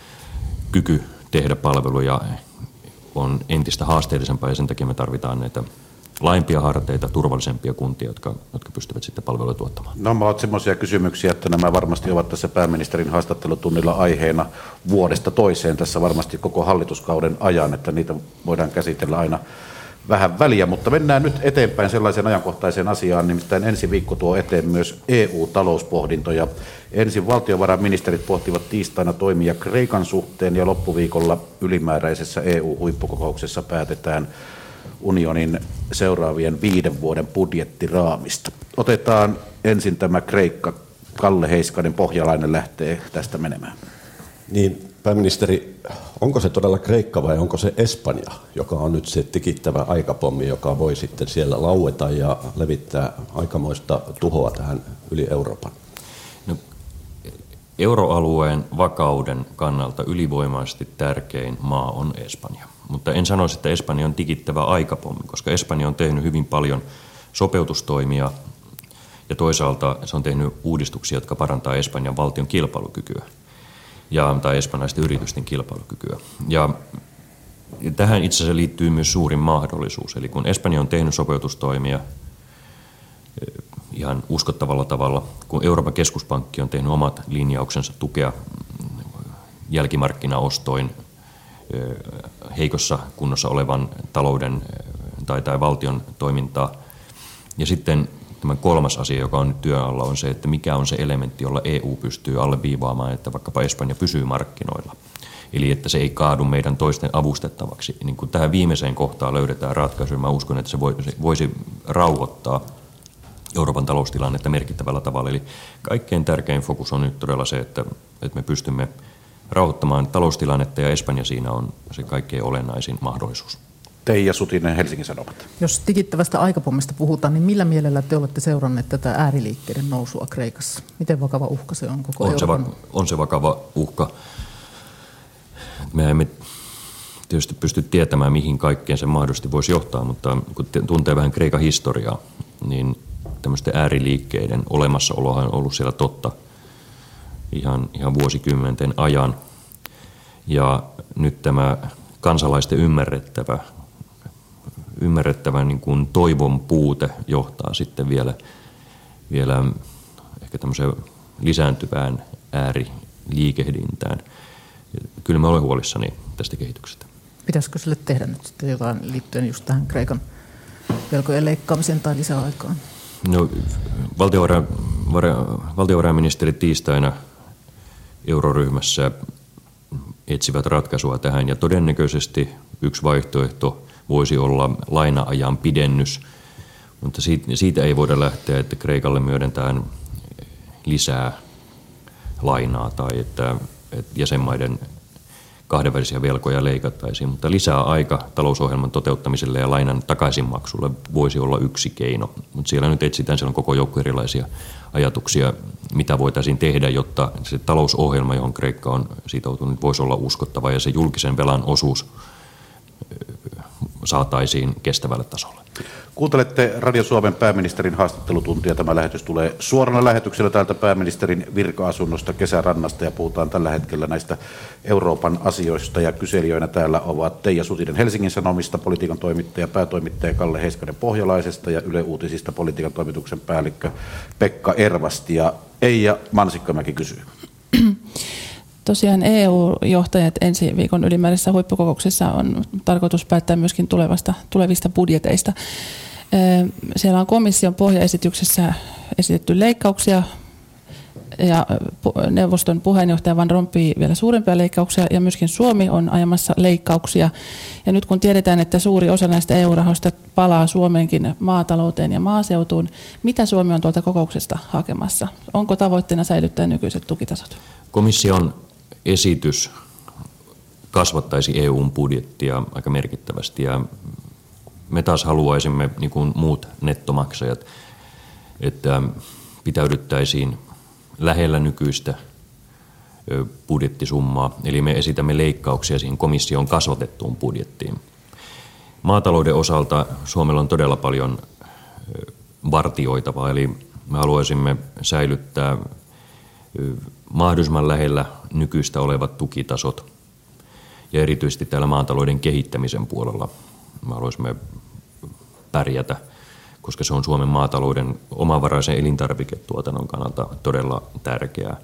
kyky tehdä palveluja on entistä haasteellisempaa ja sen takia me tarvitaan näitä laajempia harteita, turvallisempia kuntia, jotka, jotka pystyvät sitten palveluja tuottamaan. Nämä ovat sellaisia kysymyksiä, että nämä varmasti ovat tässä pääministerin haastattelutunnilla aiheena vuodesta toiseen tässä varmasti koko hallituskauden ajan, että niitä voidaan käsitellä aina vähän väliä, mutta mennään nyt eteenpäin sellaiseen ajankohtaiseen asiaan, nimittäin ensi viikko tuo eteen myös E U-talouspohdintoja. Ensin valtiovarainministerit pohtivat tiistaina toimia Kreikan suhteen ja loppuviikolla ylimääräisessä E U-huippukokouksessa päätetään unionin seuraavien viiden vuoden budjettiraamista. Otetaan ensin tämä Kreikka. Kalle Heiskanen, pohjalainen, lähtee tästä menemään. Niin, pääministeri, onko se todella Kreikka vai onko se Espanja, joka on nyt se tikittävä aikapommi, joka voi sitten siellä laueta ja levittää aikamoista tuhoa tähän yli Euroopan? No, euroalueen vakauden kannalta ylivoimaisesti tärkein maa on Espanja. Mutta en sanoisi, että Espanja on tikittävä aikapommi, koska Espanja on tehnyt hyvin paljon sopeutustoimia ja toisaalta se on tehnyt uudistuksia, jotka parantaa Espanjan valtion kilpailukykyä ja, tai espanjalaisten yritysten kilpailukykyä. Ja, ja tähän itse asiassa liittyy myös suurin mahdollisuus. Eli kun Espanja on tehnyt sopeutustoimia ihan uskottavalla tavalla, kun Euroopan keskuspankki on tehnyt omat linjauksensa tukea jälkimarkkinaostoin heikossa kunnossa olevan talouden tai, tai valtion toimintaa. Ja sitten tämä kolmas asia, joka on nyt työn alla, on se, että mikä on se elementti, jolla E U pystyy alleviivaamaan, että vaikkapa Espanja pysyy markkinoilla. Eli että se ei kaadu meidän toisten avustettavaksi. Niin kun tähän viimeiseen kohtaan löydetään ratkaisu, mä uskon, että se voisi rauhoittaa Euroopan taloustilannetta merkittävällä tavalla. Eli kaikkein tärkein fokus on nyt todella se, että, että me pystymme rauhoittamaan taloustilannetta ja Espanja siinä on se kaikkein olennaisin mahdollisuus. Teija Sutinen, Helsingin Sanomat. Jos tikittävästä aikapommista puhutaan, niin millä mielellä te olette seuranneet tätä ääriliikkeiden nousua Kreikassa? Miten vakava uhka se on koko on se, va- on se vakava uhka. Me emme tietysti pysty tietämään, mihin kaikkeen se mahdollisesti voisi johtaa, mutta kun tuntee vähän Kreikan historiaa, niin tämmöisten ääriliikkeiden olemassaolohan on ollut siellä totta ihan, ihan vuosikymmenten ajan. Ja nyt tämä kansalaisten ymmärrettävä, ymmärrettävä niin kuin toivon puute johtaa sitten vielä, vielä ehkä tämmöiseen lisääntyvään ääriliikehdintään. Kyllä mä olen huolissani tästä kehityksestä. Pitäisikö sille tehdä nyt sitten jotain liittyen just tähän Kreikan velkojen leikkaamiseen tai lisäaikaan? No, valtiovarainministeri tiistaina euroryhmässä etsivät ratkaisua tähän ja todennäköisesti yksi vaihtoehto voisi olla laina-ajan pidennys, mutta siitä ei voida lähteä, että Kreikalle myönnetään lisää lainaa tai että jäsenmaiden kahdenvälisiä velkoja leikattaisiin, mutta lisää aika talousohjelman toteuttamiselle ja lainan takaisinmaksulle voisi olla yksi keino. Mutta siellä nyt etsitään, siellä on koko joukko erilaisia ajatuksia, mitä voitaisiin tehdä, jotta se talousohjelma, johon Kreikka on sitoutunut, voisi olla uskottava ja se julkisen velan osuus saataisiin kestävälle tasolle. Kuuntelette Radio Suomen pääministerin haastattelutuntia. Tämä lähetys tulee suorana lähetyksellä täältä pääministerin virka-asunnosta Kesärannasta ja puhutaan tällä hetkellä näistä Euroopan asioista. Ja kyselijöinä täällä ovat Teija Sutinen Helsingin Sanomista, politiikan toimittaja, päätoimittaja Kalle Heiskanen Pohjalaisesta ja Yle Uutisista politiikan toimituksen päällikkö Pekka Ervasti. Ja Eija Mansikkamäki kysyy. Tosiaan E U-johtajat ensi viikon ylimääräisessä huippukokouksessa on tarkoitus päättää myöskin tulevasta, tulevista budjeteista. Siellä on komission pohjaesityksessä esitetty leikkauksia ja neuvoston puheenjohtaja Van Rompuy vielä suurempia leikkauksia ja myöskin Suomi on ajamassa leikkauksia. Ja nyt kun tiedetään, että suuri osa näistä E U-rahoista palaa Suomeenkin maatalouteen ja maaseutuun, mitä Suomi on tuolta kokouksesta hakemassa? Onko tavoitteena säilyttää nykyiset tukitasot? Komission esitys kasvattaisi E U:n budjettia aika merkittävästi ja me taas haluaisimme, niin kuin muut nettomaksajat, että pitäydyttäisiin lähellä nykyistä budjettisummaa, eli me esitämme leikkauksia siihen komission kasvatettuun budjettiin. Maatalouden osalta Suomella on todella paljon vartioitavaa, eli me haluaisimme säilyttää mahdollisimman lähellä nykyistä olevat tukitasot ja erityisesti täällä maatalouden kehittämisen puolella me haluaisimme pärjätä, koska se on Suomen maatalouden omavaraisen elintarviketuotannon kannalta todella tärkeää.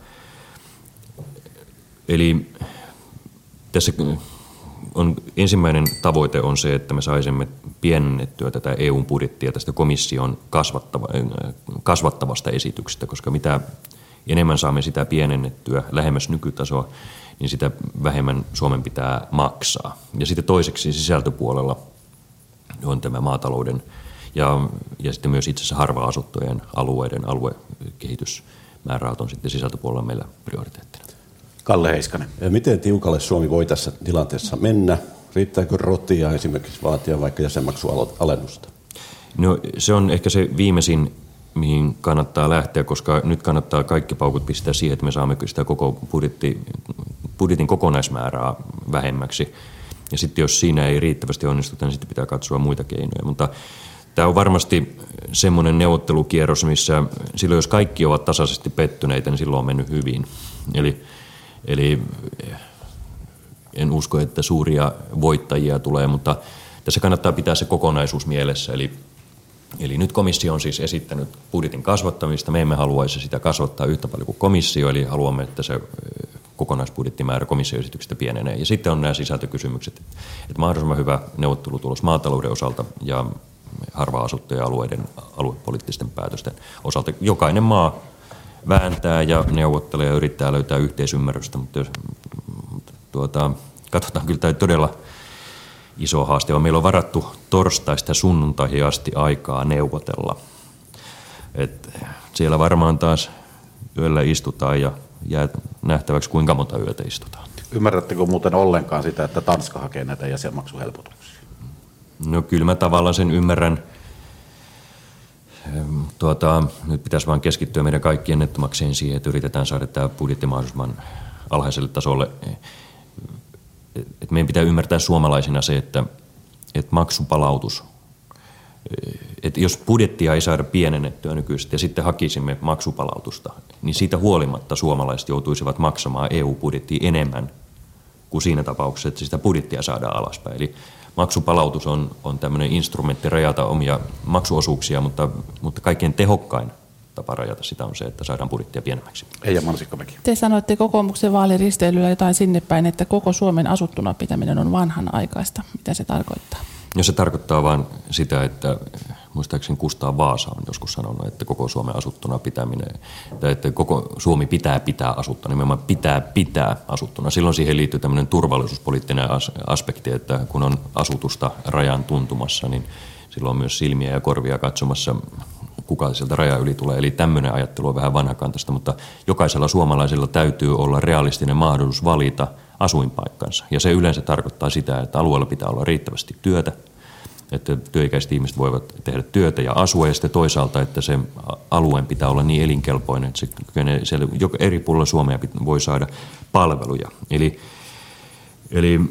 Eli tässä on, ensimmäinen tavoite on se, että me saisimme pienennettyä tätä E U:n budjettia tästä komission kasvattava, kasvattavasta esityksestä, koska mitä enemmän saamme sitä pienennettyä lähemmäs nykytasoa, niin sitä vähemmän Suomen pitää maksaa. Ja sitten toiseksi sisältöpuolella on tämä maatalouden ja, ja sitten myös itse asiassa harva-asuttujen alueiden aluekehitysmäärärahat on sitten sisältöpuolella meillä prioriteettina. Kalle Heiskanen. Ja miten tiukalle Suomi voi tässä tilanteessa mennä? Riittääkö rotia esimerkiksi vaatia vaikka jäsenmaksualennusta? No se on ehkä se viimeisin, mihin kannattaa lähteä, koska nyt kannattaa kaikki paukut pistää siihen, että me saamme sitä koko budjetti, budjetin kokonaismäärää vähemmäksi. Ja sitten jos siinä ei riittävästi onnistuta, niin sitten pitää katsoa muita keinoja. Mutta tämä on varmasti semmoinen neuvottelukierros, missä silloin jos kaikki ovat tasaisesti pettyneitä, niin silloin on mennyt hyvin. Eli, eli en usko, että suuria voittajia tulee, mutta tässä kannattaa pitää se kokonaisuus mielessä. Eli, eli nyt komissio on siis esittänyt budjetin kasvattamista. Me emme haluaisi sitä kasvattaa yhtä paljon kuin komissio, eli haluamme, että se kokonaisbudjettimäärä komissioesityksestä pienenee. Ja sitten on nämä sisältökysymykset, että mahdollisimman hyvä neuvottelutulos maatalouden osalta ja harva-asuttujen alueiden aluepoliittisten päätösten osalta. Jokainen maa vääntää ja neuvottelee ja yrittää löytää yhteisymmärrystä, mutta jos, tuota, katsotaan kyllä tämä todella iso haaste. Meillä on varattu torstaista sunnuntaihin asti aikaa neuvotella. Et siellä varmaan taas yöllä istutaan ja jää nähtäväksi, kuinka monta yötä istutaan. Ymmärrättekö muuten ollenkaan sitä, että Tanska hakee näitä jäsenmaksuhelpotuksia? No kyllä mä tavallaan sen ymmärrän. Tuota, nyt pitäisi vaan keskittyä meidän kaikkien nettomakseen siihen, että yritetään saada tämä budjetti mahdollisimman alhaiselle tasolle. Et meidän pitää ymmärtää suomalaisina se, että, että maksupalautus, että jos budjettia ei saada pienennettyä nykyisestä ja sitten hakisimme maksupalautusta, niin siitä huolimatta suomalaiset joutuisivat maksamaan E U-budjettiin enemmän kuin siinä tapauksessa, että sitä budjettia saadaan alaspäin. Eli maksupalautus on, on tämmöinen instrumentti rajata omia maksuosuuksia, mutta, mutta kaikkein tehokkain tapa rajata sitä on se, että saadaan budjettia pienemmäksi. Eija Mansikkamäki. Te sanoitte kokoomuksen vaaliristeilyllä jotain sinne päin, että koko Suomen asuttuna pitäminen on vanhanaikaista. Mitä se tarkoittaa? Ja se tarkoittaa vain sitä, että muistaakseni Kustaa Vaasa on joskus sanonut, että koko Suomen asuttuna pitäminen, tai että koko Suomi pitää pitää asuttuna, nimenomaan pitää pitää asuttuna. Silloin siihen liittyy tämmöinen turvallisuuspoliittinen aspekti, että kun on asutusta rajan tuntumassa, niin silloin on myös silmiä ja korvia katsomassa, kuka sieltä raja yli tulee. Eli tämmöinen ajattelu on vähän vanhakantaista, mutta jokaisella suomalaisella täytyy olla realistinen mahdollisuus valita asuinpaikkansa. Ja se yleensä tarkoittaa sitä, että alueella pitää olla riittävästi työtä, että työikäiset ihmiset voivat tehdä työtä ja asua, ja sitten toisaalta, että se alueen pitää olla niin elinkelpoinen, että se, siellä eri puolilla Suomea voi saada palveluja. Eli, eli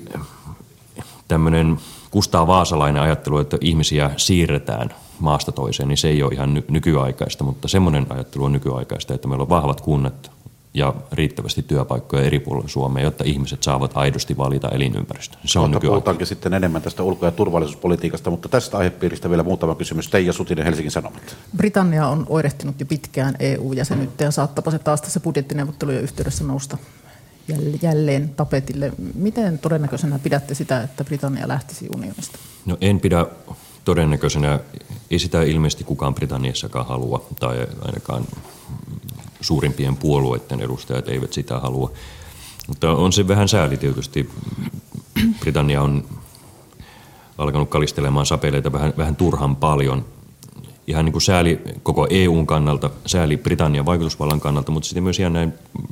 tämmöinen Kustaa Vaasalainen ajattelu, että ihmisiä siirretään maasta toiseen, niin se ei ole ihan ny- nykyaikaista, mutta semmoinen ajattelu on nykyaikaista, että meillä on vahvat kunnat ja riittävästi työpaikkoja eri puolilla Suomea, jotta ihmiset saavat aidosti valita elinympäristön. Se on nykyaikaista. Puhutaankin sitten enemmän tästä ulko- ja turvallisuuspolitiikasta, mutta tästä aihepiiristä vielä muutama kysymys. Teija Sutinen, Helsingin Sanomat. Britannia on oirehtinut jo pitkään E U-jäsenyyttä ja saattapa se taas tässä budjettineuvottelujen yhteydessä nousta jälleen tapetille. Miten todennäköisenä pidätte sitä, että Britannia lähtisi unionista? No en pidä todennäköisenä. Ei sitä ilmeisesti kukaan Britanniassakaan halua, tai ainakaan suurimpien puolueiden edustajat eivät sitä halua. Mutta on se vähän sääli tietysti. Britannia on alkanut kalistelemaan sapeleita vähän, vähän turhan paljon. Ihan niin kuin sääli koko E U:n kannalta, sääli Britannian vaikutusvallan kannalta, mutta sitten myös ihan näin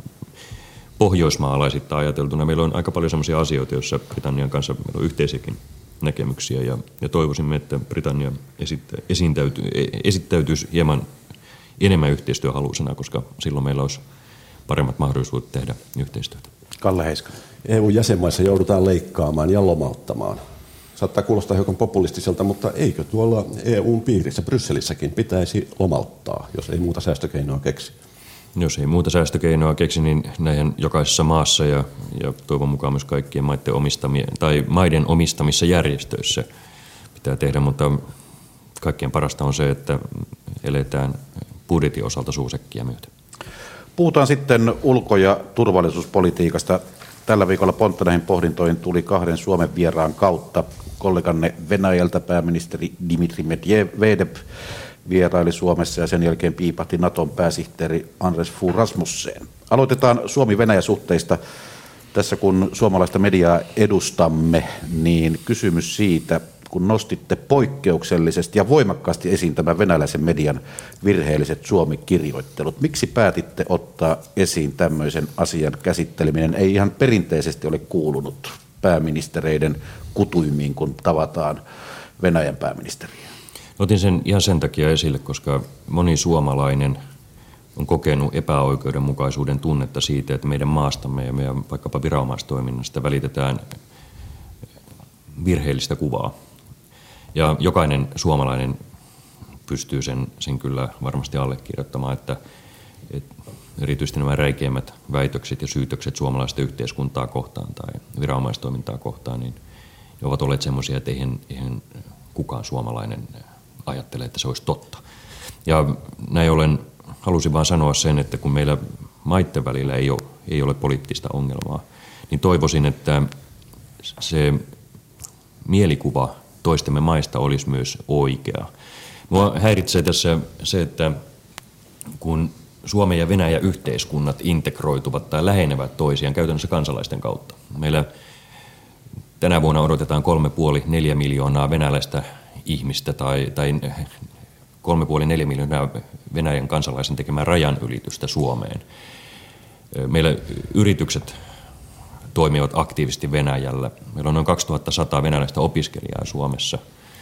pohjoismaalaisittain ajateltuna. Meillä on aika paljon sellaisia asioita, joissa Britannian kanssa meillä on yhteisiäkin näkemyksiä, ja, ja toivoisimme, että Britannia esittäyty, esittäytyisi hieman enemmän yhteistyöhaluisena, koska silloin meillä olisi paremmat mahdollisuudet tehdä yhteistyötä. Kalle Heiskanen. E U-jäsenmaissa joudutaan leikkaamaan ja lomauttamaan. Saattaa kuulostaa hiukan populistiselta, mutta eikö tuolla E U:n piirissä, Brysselissäkin, pitäisi lomauttaa, jos ei muuta säästökeinoa keksi? Jos ei muuta säästökeinoa keksi, niin näihin jokaisessa maassa ja, ja toivon mukaan myös kaikkien maiden, omistamia, tai maiden omistamissa järjestöissä pitää tehdä, mutta kaikkien parasta on se, että eletään budjetin osalta suusäkkiä myöten. Puhutaan sitten ulko- ja turvallisuuspolitiikasta. Tällä viikolla pontta näihin pohdintoihin tuli kahden Suomen vieraan kautta. Kolleganne Venäjältä pääministeri Dmitri Medvedev vieraili Suomessa ja sen jälkeen piipahti Naton pääsihteeri Anders Fogh Rasmussen. Aloitetaan Suomi-Venäjä-suhteista. Tässä kun suomalaista mediaa edustamme, niin kysymys siitä, kun nostitte poikkeuksellisesti ja voimakkaasti esiin tämän venäläisen median virheelliset Suomi-kirjoittelut. Miksi päätitte ottaa esiin tämmöisen asian käsitteleminen? Ei ihan perinteisesti ole kuulunut pääministereiden kutuimiin, kun tavataan Venäjän pääministeriä. Otin sen ihan sen takia esille, koska moni suomalainen on kokenut epäoikeudenmukaisuuden tunnetta siitä, että meidän maastamme ja meidän vaikkapa viranomaistoiminnasta välitetään virheellistä kuvaa. Ja jokainen suomalainen pystyy sen, sen kyllä varmasti allekirjoittamaan, että, että erityisesti nämä räikeimmät väitökset ja syytökset suomalaista yhteiskuntaa kohtaan tai viranomaistoimintaa kohtaan, niin ne ovat olleet semmoisia, että eihän, eihän kukaan suomalainen ajattele, että se olisi totta. Ja näin ollen halusin vaan sanoa sen, että kun meillä maiden välillä ei ole, ei ole poliittista ongelmaa, niin toivoisin, että se mielikuva toistemme maista olisi myös oikea. Mua häiritsee tässä se, että kun Suomen ja Venäjän yhteiskunnat integroituvat tai lähenevät toisiaan käytännössä kansalaisten kautta. Meillä tänä vuonna odotetaan kolme puoli neljä miljoonaa venäläistä ihmistä tai, tai kolme puoli neljä miljoonaa Venäjän kansalaisen tekemää rajan ylitystä Suomeen. Meillä yritykset toimivat aktiivisesti Venäjällä. Meillä on noin kaksituhattasata venäläistä opiskelijaa Suomessa.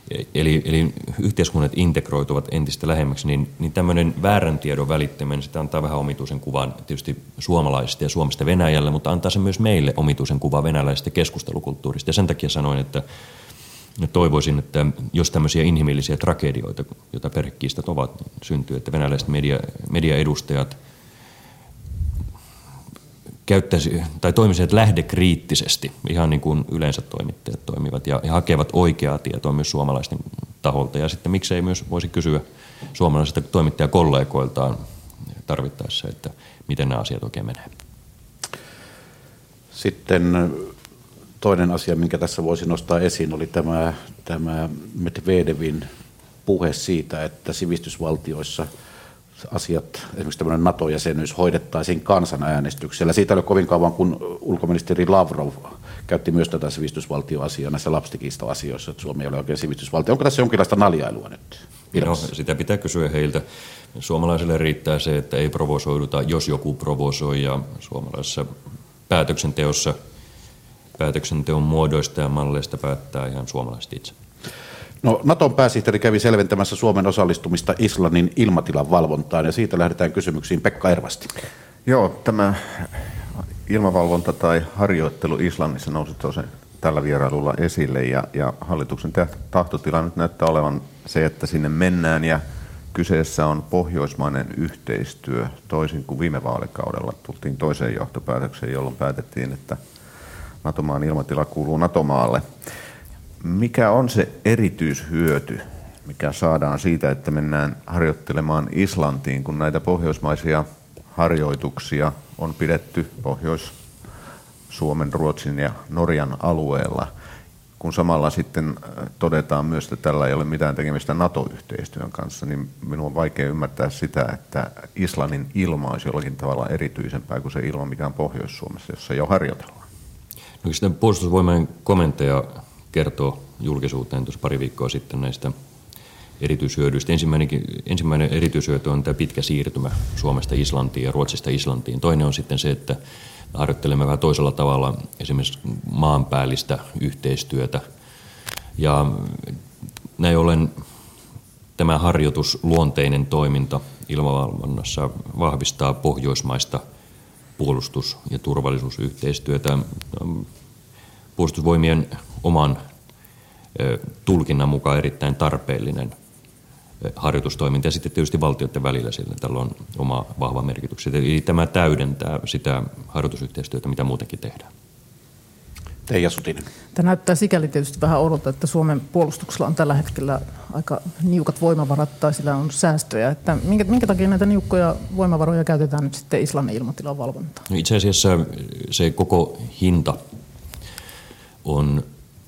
eli, eli yhteiskunnat integroituvat entistä lähemmäksi, niin, niin tämmöinen väärän tiedon välittäminen, sitä antaa vähän omituisen kuvan tietysti suomalaisista ja Suomesta Venäjällä, mutta antaa se myös meille omituisen kuvan venäläisestä keskustelukulttuurista. Ja sen takia sanoin, että toivoisin, että jos tämmöisiä inhimillisiä tragedioita, joita perhekiistat ovat, syntyy, että venäläiset media, mediaedustajat käyttäisi tai toimisivat lähdekriittisesti, ihan niin kuin yleensä toimittajat toimivat, ja, ja hakevat oikeaa tietoa myös suomalaisten taholta. Ja sitten miksei myös voisi kysyä suomalaisilta toimittajakollegoiltaan tarvittaessa, että miten nämä asiat oikein menee. Sitten toinen asia, minkä tässä voisi nostaa esiin, oli tämä, tämä Medvedevin puhe siitä, että sivistysvaltioissa asiat, esimerkiksi tämmöinen NATO-jäsenyys, hoidettaisiin kansanäänestyksellä. Siitä ei ole kovin kauan, kun ulkoministeri Lavrov käytti myös tätä sivistysvaltioasiaa näissä lapsikiista-asioissa, että Suomi ei ole oikein sivistysvaltio. Onko tässä jonkinlaista naljailua nyt? No, sitä pitää kysyä heiltä. Suomalaisille riittää se, että ei provosoiduta, jos joku provosoi, ja suomalaisessa päätöksenteossa päätöksenteon muodoista ja malleista päättää ihan suomalaiset itse. No, Naton pääsihteeri kävi selventämässä Suomen osallistumista Islannin ilmatilan valvontaan, ja siitä lähdetään kysymyksiin. Pekka Ervasti. Joo, tämä ilmavalvonta tai harjoittelu Islannissa nousi tosiaan tällä vierailulla esille, ja, ja hallituksen tahtotila nyt näyttää olevan se, että sinne mennään, ja kyseessä on pohjoismainen yhteistyö, toisin kuin viime vaalikaudella tultiin toiseen johtopäätökseen, jolloin päätettiin, että NATO-maan ilmatila kuuluu NATO-maalle. Mikä on se erityishyöty, mikä saadaan siitä, että mennään harjoittelemaan Islantiin, kun näitä pohjoismaisia harjoituksia on pidetty Pohjois-Suomen, Ruotsin ja Norjan alueella, kun samalla sitten todetaan myös, että tällä ei ole mitään tekemistä NATO-yhteistyön kanssa, niin minun on vaikea ymmärtää sitä, että Islannin ilma olisi jollakin tavalla erityisempää kuin se ilma, mikä on Pohjois-Suomessa, jossa jo harjoitellaan. No, sitten puolustusvoimainen komentaja kertoo julkisuuteen tuossa pari viikkoa sitten näistä erityishyödyistä. Ensimmäinen erityishyöty on tämä pitkä siirtymä Suomesta Islantiin ja Ruotsista Islantiin. Toinen on sitten se, että harjoittelemme vähän toisella tavalla esimerkiksi maanpäällistä yhteistyötä. Ja näin ollen tämä harjoitusluonteinen toiminta ilmavalvonnassa vahvistaa pohjoismaista puolustus- ja turvallisuusyhteistyötä. Puolustusvoimien oman tulkinnan mukaan erittäin tarpeellinen harjoitustoiminta, ja sitten tietysti valtioiden välillä sillä tällä on oma vahva merkitys. Eli tämä täydentää sitä harjoitusyhteistyötä, mitä muutenkin tehdään. Teija Sutinen. Tämä näyttää sikäli tietysti vähän oudolta, että Suomen puolustuksella on tällä hetkellä aika niukat voimavarat tai sillä on säästöjä. Että minkä, minkä takia näitä niukkoja voimavaroja käytetään nyt sitten Islannin ilmatilan valvontaan? No, itse asiassa se koko hinta on,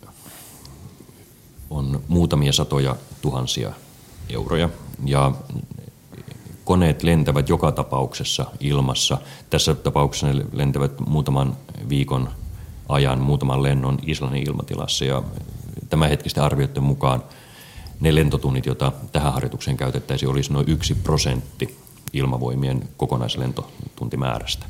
on muutamia satoja tuhansia euroja, ja koneet lentävät joka tapauksessa ilmassa. Tässä tapauksessa ne lentävät muutaman viikon ajan, muutaman lennon Islannin ilmatilassa, ja tämänhetkisten arvioiden mukaan ne lentotunnit, joita tähän harjoitukseen käytettäisiin, olisi noin yksi prosentti ilmavoimien kokonaislentotuntimäärästä.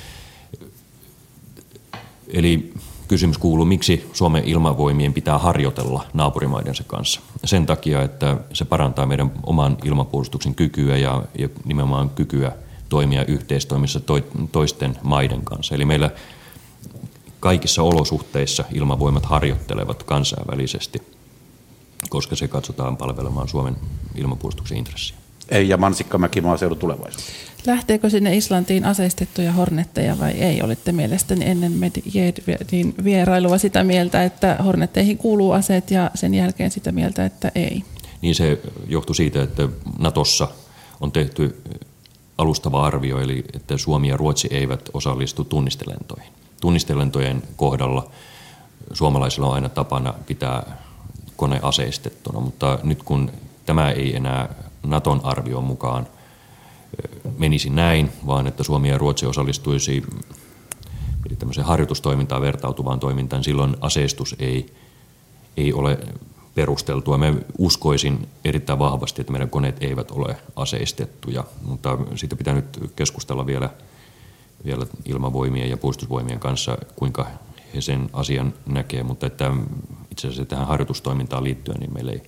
Eli kysymys kuuluu, miksi Suomen ilmavoimien pitää harjoitella naapurimaidensa kanssa. Sen takia, että se parantaa meidän oman ilmapuolustuksen kykyä ja, ja nimenomaan kykyä toimia yhteistoimissa toisten maiden kanssa. Eli meillä kaikissa olosuhteissa ilmavoimat harjoittelevat kansainvälisesti, koska se katsotaan palvelemaan Suomen ilmapuolustuksen intressiä. Eija Mansikkamäki, maaseudun tulevaisuus. Lähteekö sinne Islantiin aseistettuja hornetteja vai ei? Olitte mielestäni ennen Medvedevin vierailua sitä mieltä, että hornetteihin kuuluu aseet, ja sen jälkeen sitä mieltä, että ei. Niin se johtui siitä, että Natossa on tehty alustava arvio, eli että Suomi ja Ruotsi eivät osallistu tunnistelentoihin. Tunnistelentojen kohdalla suomalaisilla on aina tapana pitää kone aseistettuna, mutta nyt kun tämä ei enää Naton arvion mukaan menisi näin, vaan että Suomi ja Ruotsi osallistuisi tämmöiseen harjoitustoimintaan vertautuvaan toimintaan, silloin aseistus ei, ei ole perusteltua. Mä uskoisin erittäin vahvasti, että meidän koneet eivät ole aseistettuja, mutta siitä pitää nyt keskustella vielä, vielä ilmavoimien ja puolustusvoimien kanssa, kuinka he sen asian näkee, mutta että itse asiassa tähän harjoitustoimintaan liittyen niin meillä ei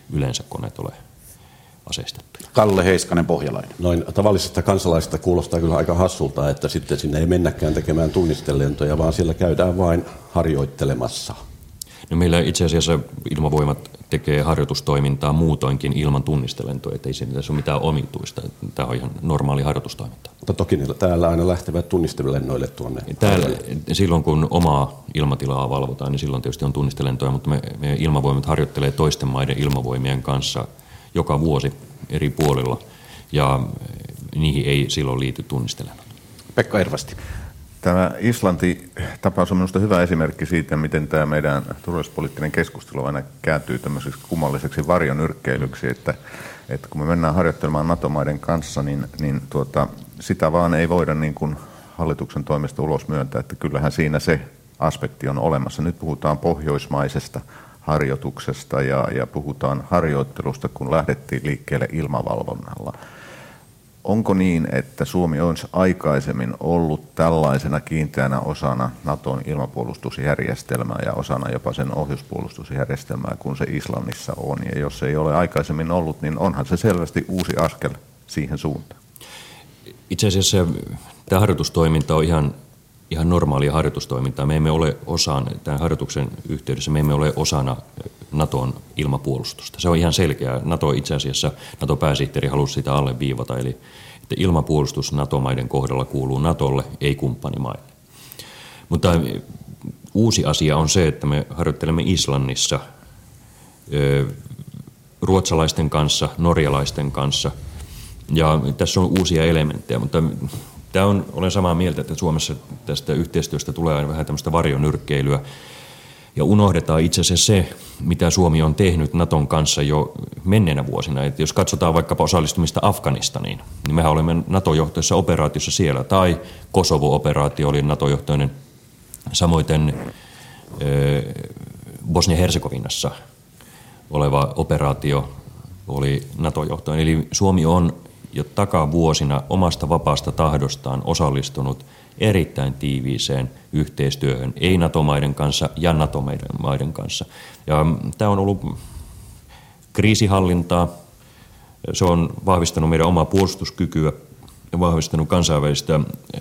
yleensä koneet ole aseistettuja. Kalle Heiskanen, pohjalainen. Noin tavallisesta kansalaisesta kuulostaa kyllä aika hassulta, että sitten sinne ei mennäkään tekemään tunnistelentoja, vaan siellä käydään vain harjoittelemassa. No meillä itse asiassa Ilmavoimat tekee harjoitustoimintaa muutoinkin ilman tunnistelentoja, ettei siinä tässä ole mitään omituista. Tämä on ihan normaali harjoitustoiminta. Mutta toki täällä aina lähtevät tunnistelennoille tuonne. Täällä, silloin kun omaa ilmatilaa valvotaan, niin silloin tietysti on tunnistelentoja, mutta me, me Ilmavoimat harjoittelee toisten maiden ilmavoimien kanssa joka vuosi eri puolilla, ja niihin ei silloin liity tunnistelennot. Pekka Ervasti. Tämä Islanti-tapaus on minusta hyvä esimerkki siitä, miten tämä meidän turvallisuuspoliittinen keskustelu aina kääntyy tämmöiseksi kummalliseksi varjonyrkkeilyksi, että, että kun me mennään harjoittelemaan NATO-maiden kanssa, niin, niin tuota, sitä vaan ei voida niin kuin hallituksen toimesta ulos myöntää, että kyllähän siinä se aspekti on olemassa. Nyt puhutaan pohjoismaisesta harjoituksesta ja, ja puhutaan harjoittelusta, kun lähdettiin liikkeelle ilmavalvonnalla. Onko niin, että Suomi olisi aikaisemmin ollut tällaisena kiinteänä osana Naton ilmapuolustusjärjestelmää ja osana jopa sen ohjuspuolustusjärjestelmää, kun se Islannissa on? Ja jos ei ole aikaisemmin ollut, niin onhan se selvästi uusi askel siihen suuntaan. Itse asiassa tämä harjoitustoiminta on ihan, ihan normaalia harjoitustoimintaa. Me emme ole osana, tämän harjoituksen yhteydessä me emme ole osana Naton ilmapuolustusta. Se on ihan selkeää. Nato itse asiassa, Nato-pääsihteeri halusi sitä alleviivata, eli että ilmapuolustus NATO-maiden kohdalla kuuluu Natolle, ei kumppanimaille. Mutta uusi asia on se, että me harjoittelemme Islannissa ruotsalaisten kanssa, norjalaisten kanssa, ja tässä on uusia elementtejä, mutta tämä on, olen samaa mieltä, että Suomessa tästä yhteistyöstä tulee vähän tämmöistä varjonyrkkeilyä, ja unohdetaan itse asiassa se, mitä Suomi on tehnyt Naton kanssa jo menneenä vuosina. Että jos katsotaan vaikkapa osallistumista Afganistaniin, niin mehän olemme NATO-johtoisessa operaatiossa siellä. Tai Kosovo-operaatio oli NATO-johtoinen, samoin Bosnia-Herzegovinassa oleva operaatio oli NATO-johtoinen. Eli Suomi on jo takavuosina omasta vapaasta tahdostaan osallistunut erittäin tiiviiseen yhteistyöhön, ei NATO-maiden kanssa ja NATO-maiden kanssa. Ja tämä on ollut kriisihallintaa, se on vahvistanut meidän omaa puolustuskykyä ja vahvistanut kansainvälistä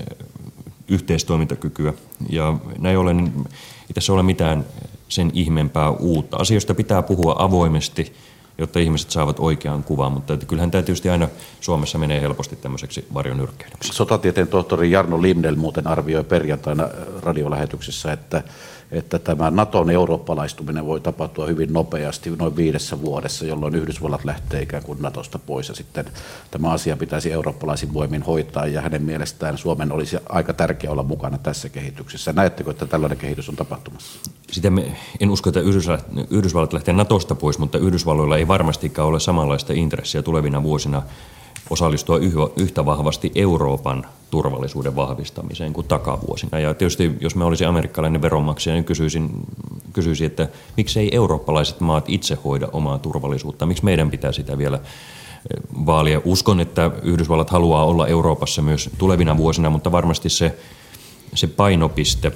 yhteistoimintakykyä. Ja näin ollen ei tässä ole mitään sen ihmeempää uutta. Asioista pitää puhua avoimesti, jotta ihmiset saavat oikean kuvan, mutta että kyllähän tämä tietysti aina Suomessa menee helposti tämmöiseksi varjonyrkkeilyksi. Sotatieteen tohtori Jarno Limnell muuten arvioi perjantaina radiolähetyksessä, että, että tämä Naton eurooppalaistuminen voi tapahtua hyvin nopeasti, noin viidessä vuodessa, jolloin Yhdysvallat lähtee ikään kuin Natosta pois, ja sitten tämä asia pitäisi eurooppalaisin voimin hoitaa, ja hänen mielestään Suomen olisi aika tärkeää olla mukana tässä kehityksessä. Näettekö, että tällainen kehitys on tapahtumassa? Sitä me, en usko, että Yhdysvallat lähtee Natosta pois, mutta Yhdysvalloilla ei varmastikaan ole samanlaista intressiä tulevina vuosina osallistua yhtä vahvasti Euroopan turvallisuuden vahvistamiseen kuin takavuosina. Ja tietysti, jos me olisi amerikkalainen veronmaksaja, niin kysyisin, kysyisin, että miksei eurooppalaiset maat itse hoida omaa turvallisuutta, miksi meidän pitää sitä vielä vaalia. Uskon, että Yhdysvallat haluaa olla Euroopassa myös tulevina vuosina, mutta varmasti se, se painopiste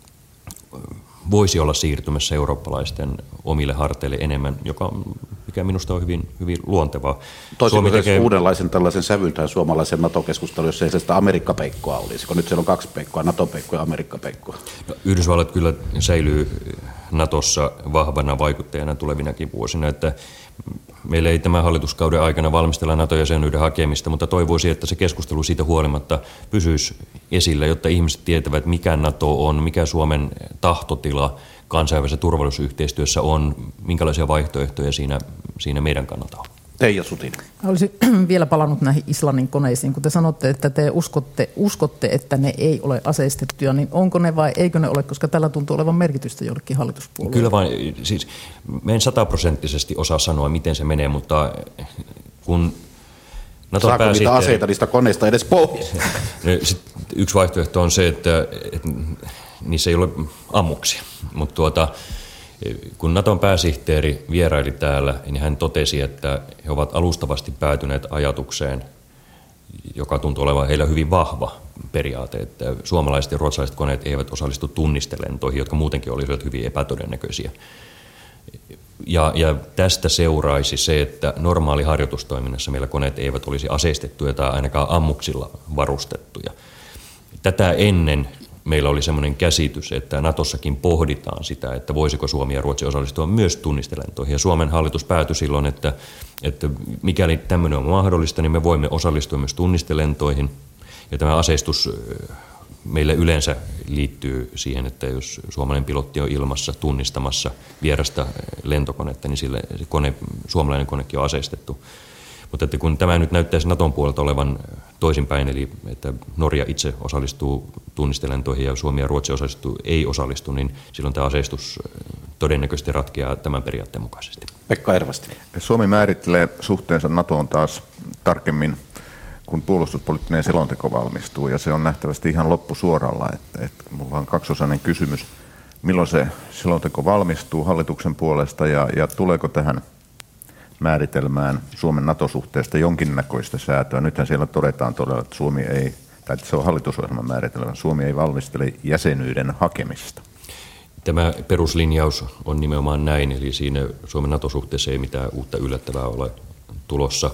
voisi olla siirtymässä eurooppalaisten omille harteille enemmän, joka, mikä minusta on hyvin, hyvin luontevaa. Toisiko tekee uudenlaisen tällaisen sävyn tähän suomalaisen NATO-keskusteluun, jos ei sitä Amerikka-peikkoa olisi, kun nyt siellä on kaksi peikkoa, NATO-peikkoa ja Amerikka-peikkoa? No, Yhdysvallat kyllä säilyy Natossa vahvana vaikuttajana tulevinakin vuosina, että meillä ei tämän hallituskauden aikana valmistella NATO-jäsenyyden hakemista, mutta toivoisin, että se keskustelu siitä huolimatta pysyisi esillä, jotta ihmiset tietävät, mikä NATO on, mikä Suomen tahtotila kansainvälisessä turvallisuusyhteistyössä on, minkälaisia vaihtoehtoja siinä, siinä meidän kannalta on. Teija Sutinen. Olisin vielä palannut näihin Islannin koneisiin. Kun te sanotte, että te uskotte, uskotte, että ne ei ole aseistettuja, niin onko ne vai eikö ne ole, koska tällä tuntuu olevan merkitystä jollekin hallituspuolueelle? Kyllä vain, siis me en sataprosenttisesti osaa sanoa, miten se menee, mutta kun Naton saako pääsihteeri... niitä aseita niistä koneista edes pois? Yksi vaihtoehto on se, että, että niissä ei ole ammuksia, mutta tuota... Kun Naton pääsihteeri vieraili täällä, niin hän totesi, että he ovat alustavasti päätyneet ajatukseen, joka tuntuu olevan heillä hyvin vahva periaate, että suomalaiset ja ruotsalaiset koneet eivät osallistu tunnistelentoihin, jotka muutenkin olisivat hyvin epätodennäköisiä. Ja, ja tästä seuraisi se, että normaali harjoitustoiminnassa meillä koneet eivät olisi aseistettuja tai ainakaan ammuksilla varustettuja. Tätä ennen meillä oli sellainen käsitys, että Natossakin pohditaan sitä, että voisiko Suomi ja Ruotsi osallistua myös tunnistelentoihin. Ja Suomen hallitus päätyi silloin, että, että mikäli tämmöinen on mahdollista, niin me voimme osallistua myös tunnistelentoihin. Ja tämä aseistus meille yleensä liittyy siihen, että jos suomalainen pilotti on ilmassa tunnistamassa vierasta lentokonetta, niin sille kone, suomalainen konekin on aseistettu. Mutta että kun tämä nyt näyttäisi Naton puolelta olevan toisinpäin, eli että Norja itse osallistuu tunnistelentoihin ja Suomi ja Ruotsi osallistuu, ei osallistu, niin silloin tämä aseistus todennäköisesti ratkeaa tämän periaatteen mukaisesti. Pekka Ervasti. Suomi määrittelee suhteensa NATOon taas tarkemmin, kun puolustuspoliittinen selonteko valmistuu, ja se on nähtävästi ihan loppusuoralla. Että, että minulla on kaksiosainen kysymys. Milloin se selonteko valmistuu hallituksen puolesta, ja, ja tuleeko tähän määritelmään Suomen NATO-suhteesta jonkinnäköistä säätöä? Nythän siellä todetaan todella, että Suomi ei, tai se on hallitusohjelman määritelmä, Suomi ei valmistele jäsenyyden hakemista. Tämä peruslinjaus on nimenomaan näin, eli siinä Suomen NATO-suhteessa ei mitään uutta yllättävää ole tulossa.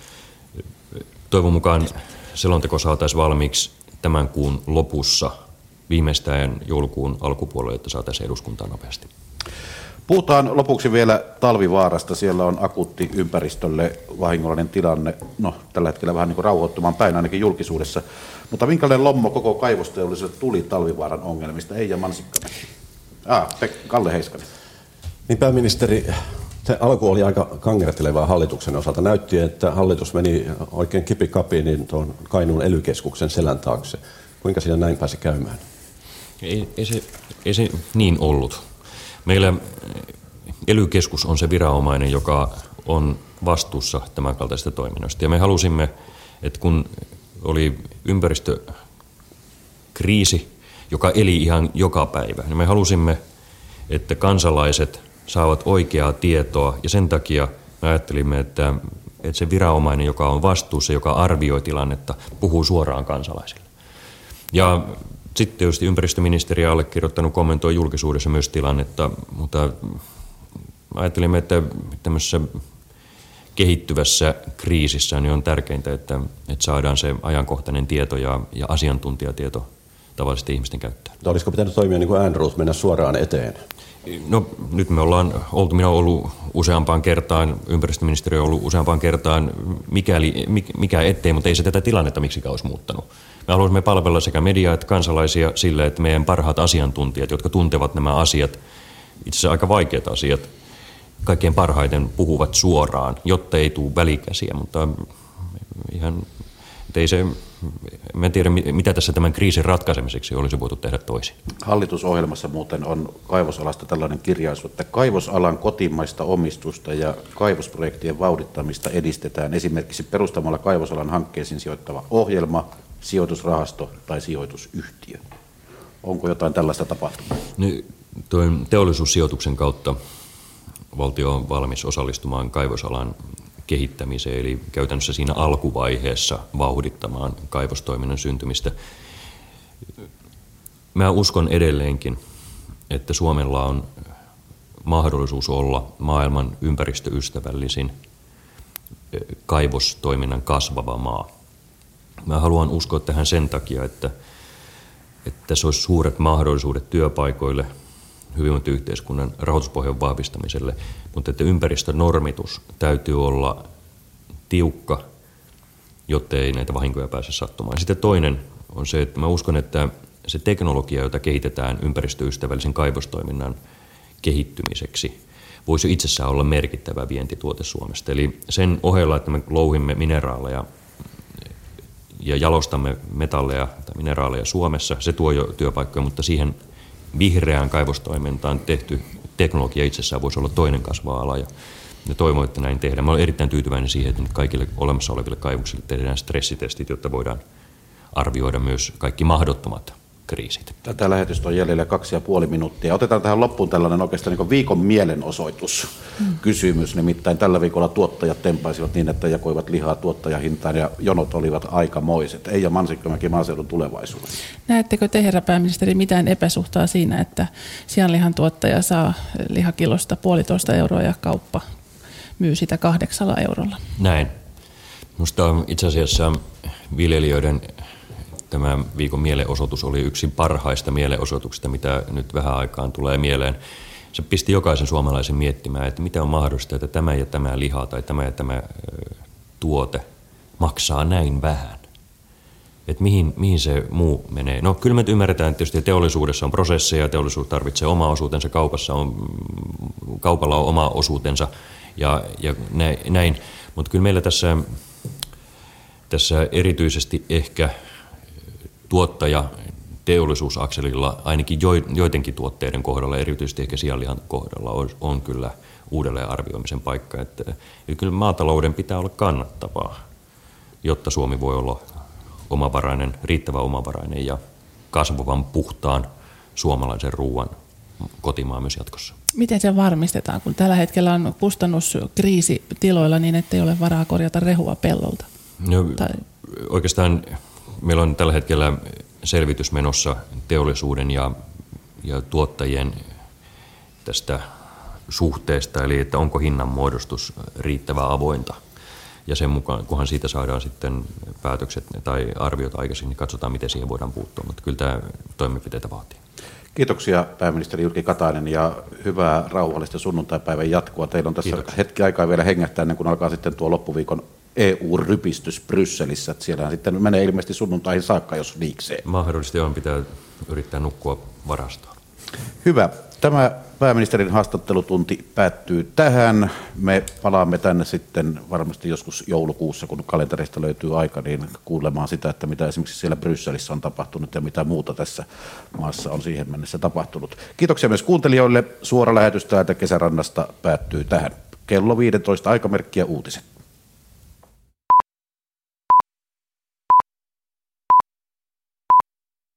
Toivon mukaan selonteko saataisiin valmiiksi tämän kuun lopussa, viimeistään joulukuun alkupuolelle, että saataisiin eduskuntaan nopeasti. Puhutaan lopuksi vielä Talvivaarasta. Siellä on akuutti ympäristölle vahingollinen tilanne. No, tällä hetkellä vähän niin kuin rauhoittumaan päin ainakin julkisuudessa. Mutta minkälainen lommo koko kaivosteollisuudelle tuli Talvivaaran ongelmista? Eija Mansikkamäki. Ah, Kalle Heiskanen. Niin pääministeri, se alku oli aika kangertelevaa hallituksen osalta. Näytti, että hallitus meni oikein kipikapiin niin tuon Kainuun ely keskuksen selän taakse. Kuinka siinä näin pääsi käymään? Ei, ei, se, ei se niin ollut. Meillä ely keskus on se viranomainen, joka on vastuussa tämän kaltaisesta toiminnasta. Ja me halusimme, että kun oli ympäristökriisi, joka eli ihan joka päivä, niin me halusimme, että kansalaiset saavat oikeaa tietoa, ja sen takia me ajattelimme, että, että se viranomainen, joka on vastuussa, joka arvioi tilannetta, puhuu suoraan kansalaisille. Ja sitten tietysti ympäristöministeri ja allekirjoittanut kommentoi julkisuudessa myös tilannetta, mutta ajattelimme, että tämmöisessä kehittyvässä kriisissä niin on tärkeintä, että, että saadaan se ajankohtainen tieto ja, ja asiantuntijatieto tavallisten ihmisten käyttöön. Mutta olisiko pitänyt toimia niin kuin Andrews, mennä suoraan eteen? No nyt me ollaan oltu, minä olen ollut useampaan kertaan, ympäristöministeriö on ollut useampaan kertaan, mikäli, mikä ettei, mutta ei se tätä tilannetta miksikään olisi muuttanut. Me haluaisimme palvella sekä mediaa että kansalaisia sillä, että meidän parhaat asiantuntijat, jotka tuntevat nämä asiat, itse asiassa aika vaikeat asiat, kaikkein parhaiten puhuvat suoraan, jotta ei tule välikäsiä, mutta ihan, ei se, mä en tiedä mitä tässä tämän kriisin ratkaisemiseksi olisi voitu tehdä toisin. Hallitusohjelmassa muuten on kaivosalasta tällainen kirjaus, että kaivosalan kotimaista omistusta ja kaivosprojektien vauhdittamista edistetään esimerkiksi perustamalla kaivosalan hankkeisiin sijoittava ohjelma, sijoitusrahasto tai sijoitusyhtiö. Onko jotain tällaista tapahtunut? Teollisuussijoituksen kautta valtio on valmis osallistumaan kaivosalan kehittämiseen, eli käytännössä siinä alkuvaiheessa vauhdittamaan kaivostoiminnan syntymistä. Mä uskon edelleenkin, että Suomella on mahdollisuus olla maailman ympäristöystävällisin kaivostoiminnan kasvava maa. Mä haluan uskoa tähän sen takia, että, että se olisi suuret mahdollisuudet työpaikoille, hyvinvointiyhteiskunnan rahoituspohjan vahvistamiselle, mutta että ympäristönormitus täytyy olla tiukka, jotta ei näitä vahinkoja pääse sattumaan. Sitten toinen on se, että mä uskon, että se teknologia, jota kehitetään ympäristöystävällisen kaivostoiminnan kehittymiseksi, voisi jo itsessään olla merkittävä vientituote Suomesta. Eli sen ohella, että me louhimme mineraaleja ja jalostamme metalleja tai mineraaleja Suomessa, se tuo jo työpaikkoja, mutta siihen vihreään kaivostoimintaan tehty teknologia itsessään voisi olla toinen kasvava ala, ja, ja toivon, että näin tehdään. Mä olen erittäin tyytyväinen siihen, että nyt kaikille olemassa oleville kaivoksille tehdään stressitestit, jotta voidaan arvioida myös kaikki mahdottomat kriisit. Tätä lähetystä on jäljellä kaksi ja puoli minuuttia. Otetaan tähän loppuun tällainen oikeastaan niin viikon mielenosoituskysymys. Nimittäin tällä viikolla tuottajat tempaisivat niin, että jakoivat lihaa tuottajahintaan ja jonot olivat aikamoiset. Eija Mansikkamäki, maaseudun tulevaisuus. Näettekö te, herra pääministeri, mitään epäsuhtaa siinä, että sianlihan tuottaja saa lihakilosta puolitoista euroa ja kauppa myy sitä kahdeksalla eurolla? Näin. Minusta itse asiassa viljelijöiden tämä viikon mielenosoitus oli yksi parhaista mielenosoituksista, mitä nyt vähän aikaan tulee mieleen. Se pisti jokaisen suomalaisen miettimään, että mitä on mahdollista, että tämä ja tämä liha tai tämä ja tämä tuote maksaa näin vähän. Että mihin, mihin se muu menee. No kyllä me ymmärretään tietysti, että teollisuudessa on prosesseja, teollisuus tarvitsee oma osuutensa, kaupassa on, kaupalla on oma osuutensa ja, ja näin. Mutta kyllä meillä tässä, tässä erityisesti ehkä tuottaja teollisuusakselilla ainakin joidenkin tuotteiden kohdalla, erityisesti ehkä sianlihan kohdalla, on, on kyllä uudelleen arvioimisen paikka. Että, että kyllä maatalouden pitää olla kannattavaa, jotta Suomi voi olla omavarainen, riittävä omavarainen ja kasvavan puhtaan suomalaisen ruoan kotimaa myös jatkossa. Miten se varmistetaan, kun tällä hetkellä on kustannuskriisi tiloilla niin, ettei ole varaa korjata rehua pellolta? No, tai... Oikeastaan meillä on tällä hetkellä selvitys menossa teollisuuden ja, ja tuottajien tästä suhteesta, eli että onko hinnanmuodostus riittävän avointa. Ja sen mukaan, kunhan siitä saadaan sitten päätökset tai arviot aikaisin, niin katsotaan, miten siihen voidaan puuttua. Mutta kyllä tämä toimenpiteitä vaatii. Kiitoksia pääministeri Jyrki Katainen ja hyvää rauhallista sunnuntaipäivän jatkoa. Teillä on tässä Kiitoksia. Hetki aikaa vielä hengähtää ennen kuin alkaa sitten tuo loppuviikon E U-rypistys Brysselissä. Siellä sitten menee ilmeisesti sunnuntaihin saakka, jos liikseen. Mahdollisesti on, pitää yrittää nukkua varastoon. Hyvä. Tämä pääministerin haastattelutunti päättyy tähän. Me palaamme tänne sitten varmasti joskus joulukuussa, kun kalenterista löytyy aika, niin kuulemaan sitä, että mitä esimerkiksi siellä Brysselissä on tapahtunut ja mitä muuta tässä maassa on siihen mennessä tapahtunut. Kiitoksia myös kuuntelijoille. Suora lähetys täältä Kesärannasta päättyy tähän. Kello viisitoista aikamerkkiä uutiset.